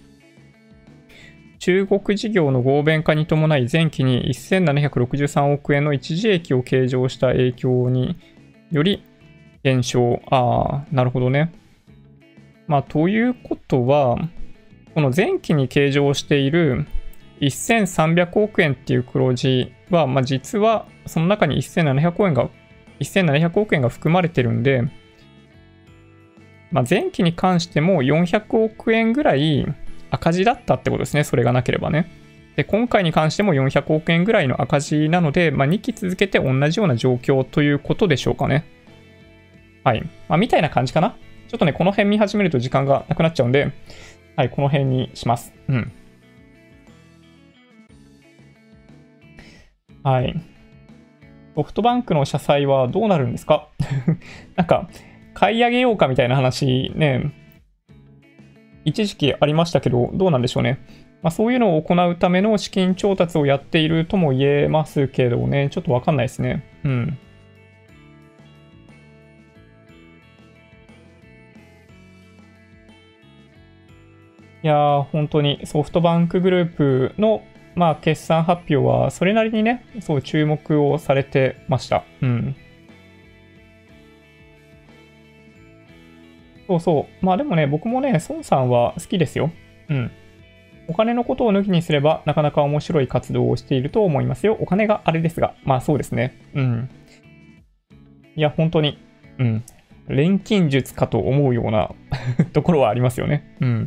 中国事業の合弁化に伴い前期に1763億円の一時益を計上した影響により減少。なるほどね。ということは、この前期に計上している1300億円っていう黒字は、実はその中に1700億円が含まれてるんで、前期に関しても400億円ぐらい赤字だったってことですね。それがなければね。で、今回に関しても400億円ぐらいの赤字なので、2期続けて同じような状況ということでしょうかね。はい。みたいな感じかな。ちょっとね、この辺見始めると時間がなくなっちゃうんで、はい、この辺にします。うん。はい。ソフトバンクの社債はどうなるんですかなんか、買い上げようかみたいな話ね、一時期ありましたけど、どうなんでしょうね。そういうのを行うための資金調達をやっているとも言えますけどね、ちょっとわかんないですね。うん。いやー、本当にソフトバンクグループのまあ、決算発表はそれなりにね、そう注目をされてました。うん。そうそう。まあでもね、僕もね、孫さんは好きですよ。うん。お金のことを抜きにすれば、なかなか面白い活動をしていると思いますよ。お金があれですが。まあそうですね。うん。いや、本当に。うん。錬金術かと思うようなところはありますよね。うん。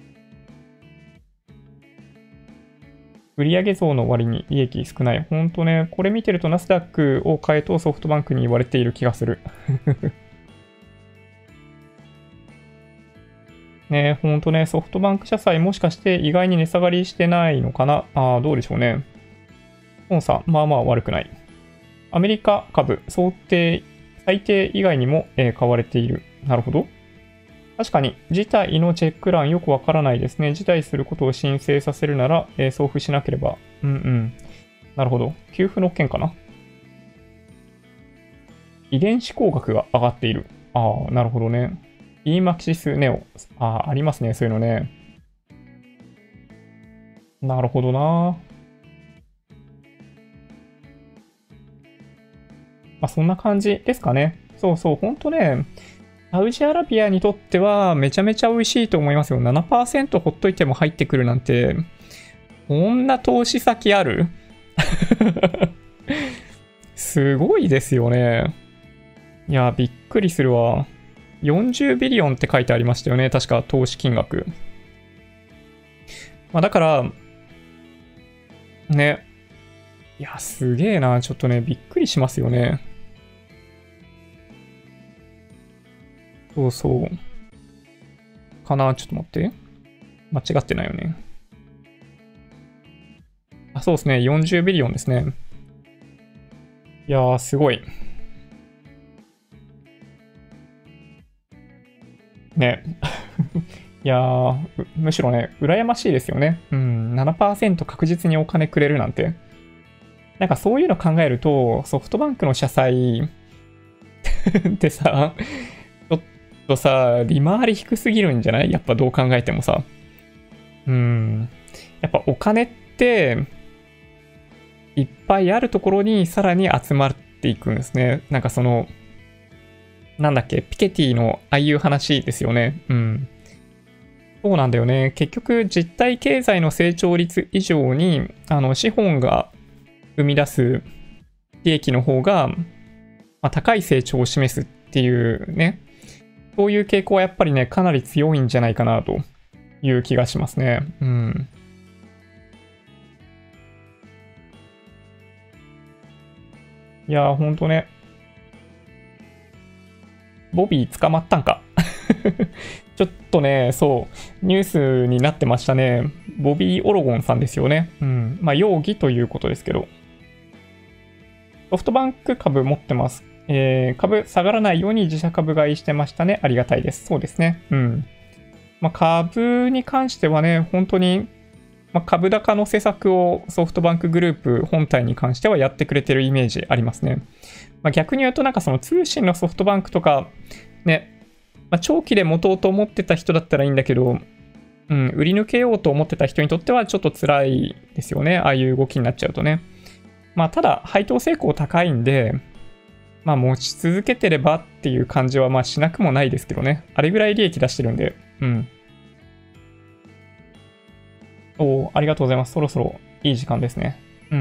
売上増の割に利益少ない。ほんとね、これ見てるとナスダックを買えとソフトバンクに言われている気がする。ね、ほんとね、ソフトバンク社債もしかして意外に値下がりしてないのかな。どうでしょうね。本さん、まあまあ悪くない。アメリカ株、最低以外にも、買われている。なるほど。確かに、辞退のチェック欄よくわからないですね。辞退することを申請させるなら、送付しなければ。うんうん。なるほど。給付の件かな。遺伝子工学が上がっている。なるほどね。EMAXIS NEO。ありますね。そういうのね。なるほどな。そんな感じですかね。そうそう。ほんとね。サウジアラビアにとってはめちゃめちゃ美味しいと思いますよ。7% ほっといても入ってくるなんて、こんな投資先あるすごいですよね。いや、びっくりするわ。40ビリオンって書いてありましたよね。確か投資金額。だから、ね。いや、すげえな。ちょっとね、びっくりしますよね。そうそう。かな、ちょっと待って。間違ってないよね。そうですね。40ビリオンですね。いやー、すごい。ね。いやー、むしろね、羨ましいですよね。うん、7% 確実にお金くれるなんて。なんかそういうの考えると、ソフトバンクの社債ってさ、ちょっとさ、利回り低すぎるんじゃない？やっぱどう考えてもさ。やっぱお金って、いっぱいあるところにさらに集まっていくんですね。なんかその、なんだっけ、ピケティのああいう話ですよね。うん。そうなんだよね。結局、実体経済の成長率以上に、資本が生み出す利益の方が、高い成長を示すっていうね、そういう傾向はやっぱりね、かなり強いんじゃないかなという気がしますね。うん。いやー、ほんとね。ボビー捕まったんか。ちょっとね、そう、ニュースになってましたね。ボビー・オロゴンさんですよね。うん。容疑ということですけど。ソフトバンク株持ってます。株下がらないように自社株買いしてましたね。ありがたいです。そうですね。うん。株に関してはね、本当に、株高の施策をソフトバンクグループ本体に関してはやってくれてるイメージありますね。逆に言うとなんかその通信のソフトバンクとか、ね、長期で持とうと思ってた人だったらいいんだけど、うん、売り抜けようと思ってた人にとってはちょっと辛いですよね。ああいう動きになっちゃうとね。ただ、配当成功高いんで、持ち続けてればっていう感じはしなくもないですけどね。あれぐらい利益出してるんで、うん。ありがとうございます。そろそろいい時間ですね。うん。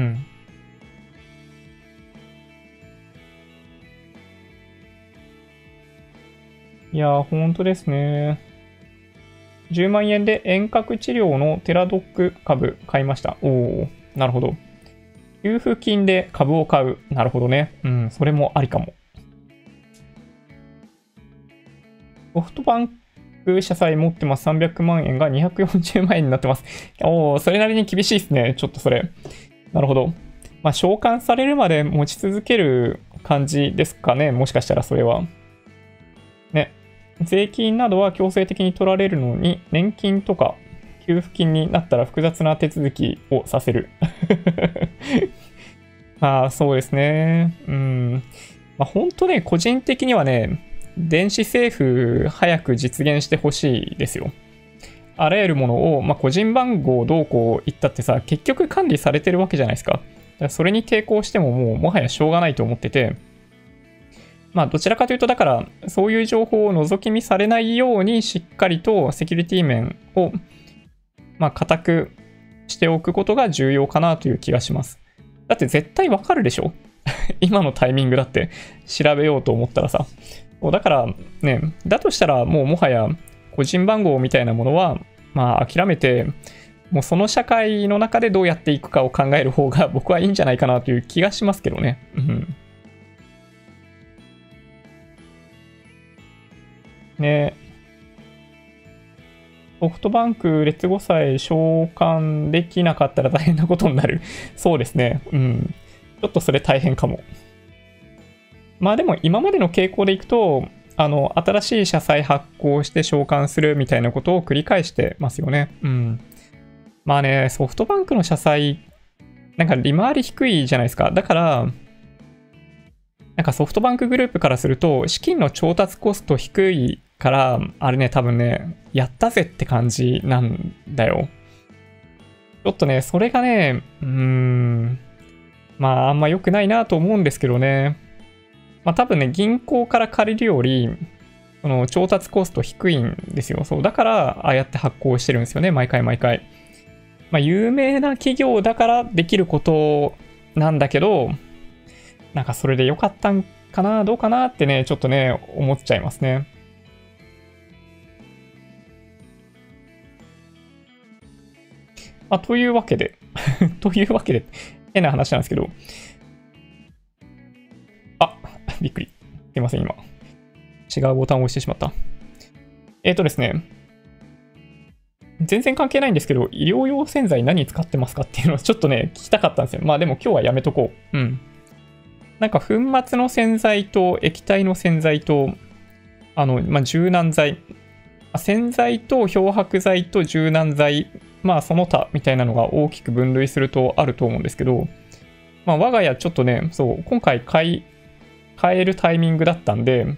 いやー、ほんとですね。10万円で遠隔治療のテラドック株買いました。なるほど。給付金で株を買う。なるほどね。うん、それもありかも。ソフトバンク社債持ってます。300万円が240万円になってます。それなりに厳しいですね。ちょっとそれ。なるほど。償還されるまで持ち続ける感じですかね。もしかしたらそれは。ね。税金などは強制的に取られるのに、年金とか給付金になったら複雑な手続きをさせる。そうですね。うん。本当ね、個人的にはね、電子政府早く実現してほしいですよ。 あらゆるものを、まあ、個人番号どうこう言ったってさ、結局管理されてるわけじゃないですか。だからそれに抵抗してももはやしょうがないと思ってて、まあ、どちらかというと、だから、そういう情報を覗き見されないように、しっかりとセキュリティ面を、まあ、固くしておくことが重要かなという気がします。だって絶対わかるでしょ今のタイミングだって調べようと思ったらさ。だからね、だとしたらもはや個人番号みたいなものは、まあ諦めて、もうその社会の中でどうやっていくかを考える方が僕はいいんじゃないかなという気がしますけどね。うん。ね、ソフトバンク、レッツゴさえ召喚できなかったら大変なことになる。そうですね。うん。ちょっとそれ大変かも。まあでも今までの傾向でいくと、新しい社債発行して召喚するみたいなことを繰り返してますよね。うん。まあね、ソフトバンクの社債、なんか利回り低いじゃないですか。だから、なんかソフトバンクグループからすると、資金の調達コスト低いから、あれね、多分ね、やったぜって感じなんだよ。ちょっとね、それがね、まあ、あんま良くないなと思うんですけどね。まあ多分ね、銀行から借りるより、その調達コスト低いんですよ。そう。だから、ああやって発行してるんですよね。毎回毎回。まあ、有名な企業だからできることなんだけど、なんかそれで良かったんかな、どうかなってね、ちょっとね、思っちゃいますね。まあ、というわけでというわけで、変な話なんですけど、びっくり。すいません、今。違うボタンを押してしまった。ですね。全然関係ないんですけど、医療用洗剤何使ってますかっていうのをちょっとね、聞きたかったんですよ。まあでも今日はやめとこう。うん。なんか粉末の洗剤と液体の洗剤と、まあ、柔軟剤。洗剤と漂白剤と柔軟剤、まあその他みたいなのが大きく分類するとあると思うんですけど、まあ我が家ちょっとね、そう、今回変えるタイミングだったんで、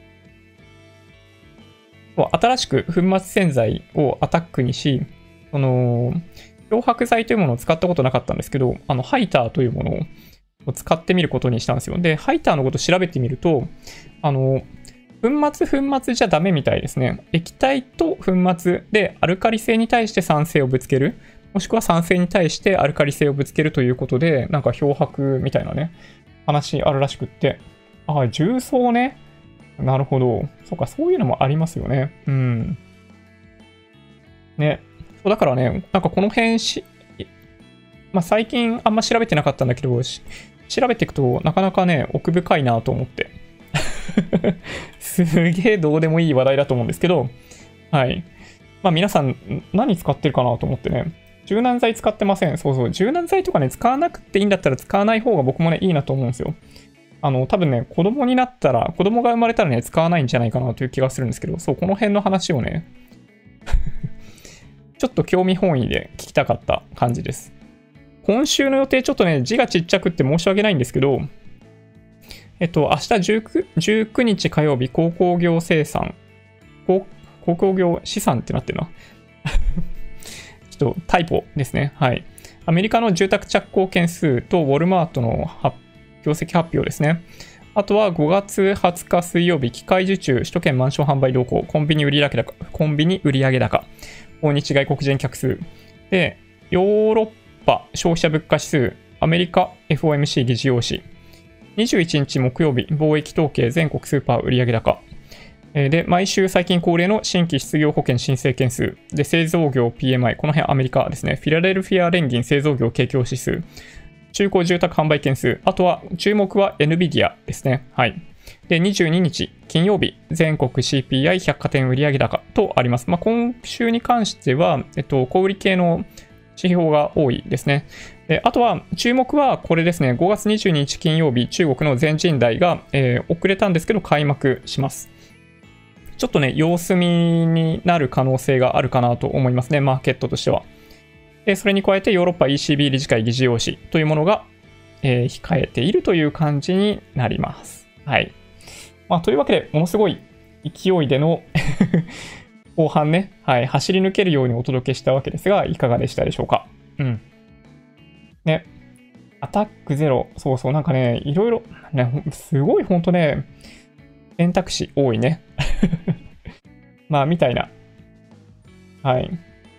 新しく粉末洗剤をアタックにし、漂白剤というものを使ったことなかったんですけど、ハイターというものを使ってみることにしたんですよ。で、ハイターのことを調べてみると、粉末じゃダメみたいですね。液体と粉末でアルカリ性に対して酸性をぶつける。もしくは酸性に対してアルカリ性をぶつけるということで、なんか漂白みたいなね、話あるらしくって。あ、重曹ね。なるほど。そうか、そういうのもありますよね。うん。ね。そうだからね、なんかこの辺まあ最近あんま調べてなかったんだけど、調べていくとなかなかね、奥深いなと思って。すげえどうでもいい話題だと思うんですけど、はい。まあ皆さん何使ってるかなと思ってね。柔軟剤使ってません。そうそう。柔軟剤とかね、使わなくていいんだったら使わない方が僕もね、いいなと思うんですよ。多分ね、子供が生まれたらね、使わないんじゃないかなという気がするんですけど、そう、この辺の話をね、ちょっと興味本位で聞きたかった感じです。今週の予定、ちょっとね、字がちっちゃくって申し訳ないんですけど、明日19日火曜日、鉱工業生産、鉱工業資産ってなってるな。ちょっとタイポですね。はい。アメリカの住宅着工件数とウォルマートの業績発表ですね。あとは5月20日水曜日、機械受注、首都圏マンション販売動向、コンビニ売上高、訪日外国人客数。で、ヨーロッパ消費者物価指数、アメリカ FOMC 議事要旨。21日木曜日、貿易統計全国スーパー売上高。で、毎週最近恒例の新規失業保険申請件数。で、製造業 PMI、この辺アメリカですね。フィラデルフィア連銀製造業景況指数。中古住宅販売件数。あとは、注目は NVIDIA ですね。はい。で、22日金曜日、全国 CPI 百貨店売上高とあります。まあ、今週に関しては、小売系の指標が多いですね。あとは、注目はこれですね。5月22日金曜日、中国の全人代が、遅れたんですけど、開幕します。ちょっとね、様子見になる可能性があるかなと思いますね。マーケットとしては。それに加えてヨーロッパ ECB 理事会議事要旨というものが、控えているという感じになります。はい。まあ、というわけで、ものすごい勢いでの後半ね、はい、走り抜けるようにお届けしたわけですが、いかがでしたでしょうか。うん。ね、アタックゼロ、そうそう、なんかね、いろいろ、ね、すごいほんとね、選択肢多いね。まあ、みたいな。はい。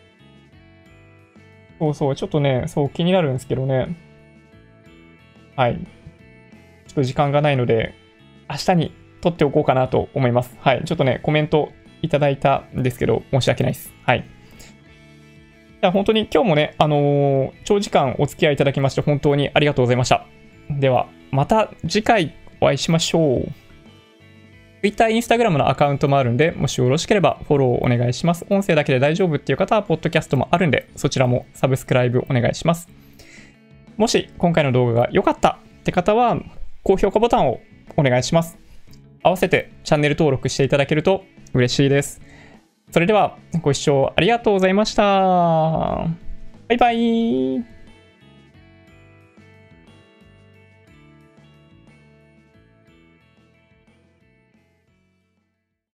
そうそう、ちょっとね、そう気になるんですけどね。はい。ちょっと時間がないので、明日に撮っておこうかなと思います。はい。ちょっとね、コメントいただいたんですけど、申し訳ないです。はい。じゃあ本当に今日もね、長時間お付き合いいただきまして本当にありがとうございました。では、また次回お会いしましょう。Twitter、Instagram のアカウントもあるんで、もしよろしければフォローお願いします。音声だけで大丈夫っていう方は、ポッドキャストもあるんで、そちらもサブスクライブお願いします。もし今回の動画が良かったって方は、高評価ボタンをお願いします。合わせてチャンネル登録していただけると嬉しいです。それではご視聴ありがとうございました。バイバイ。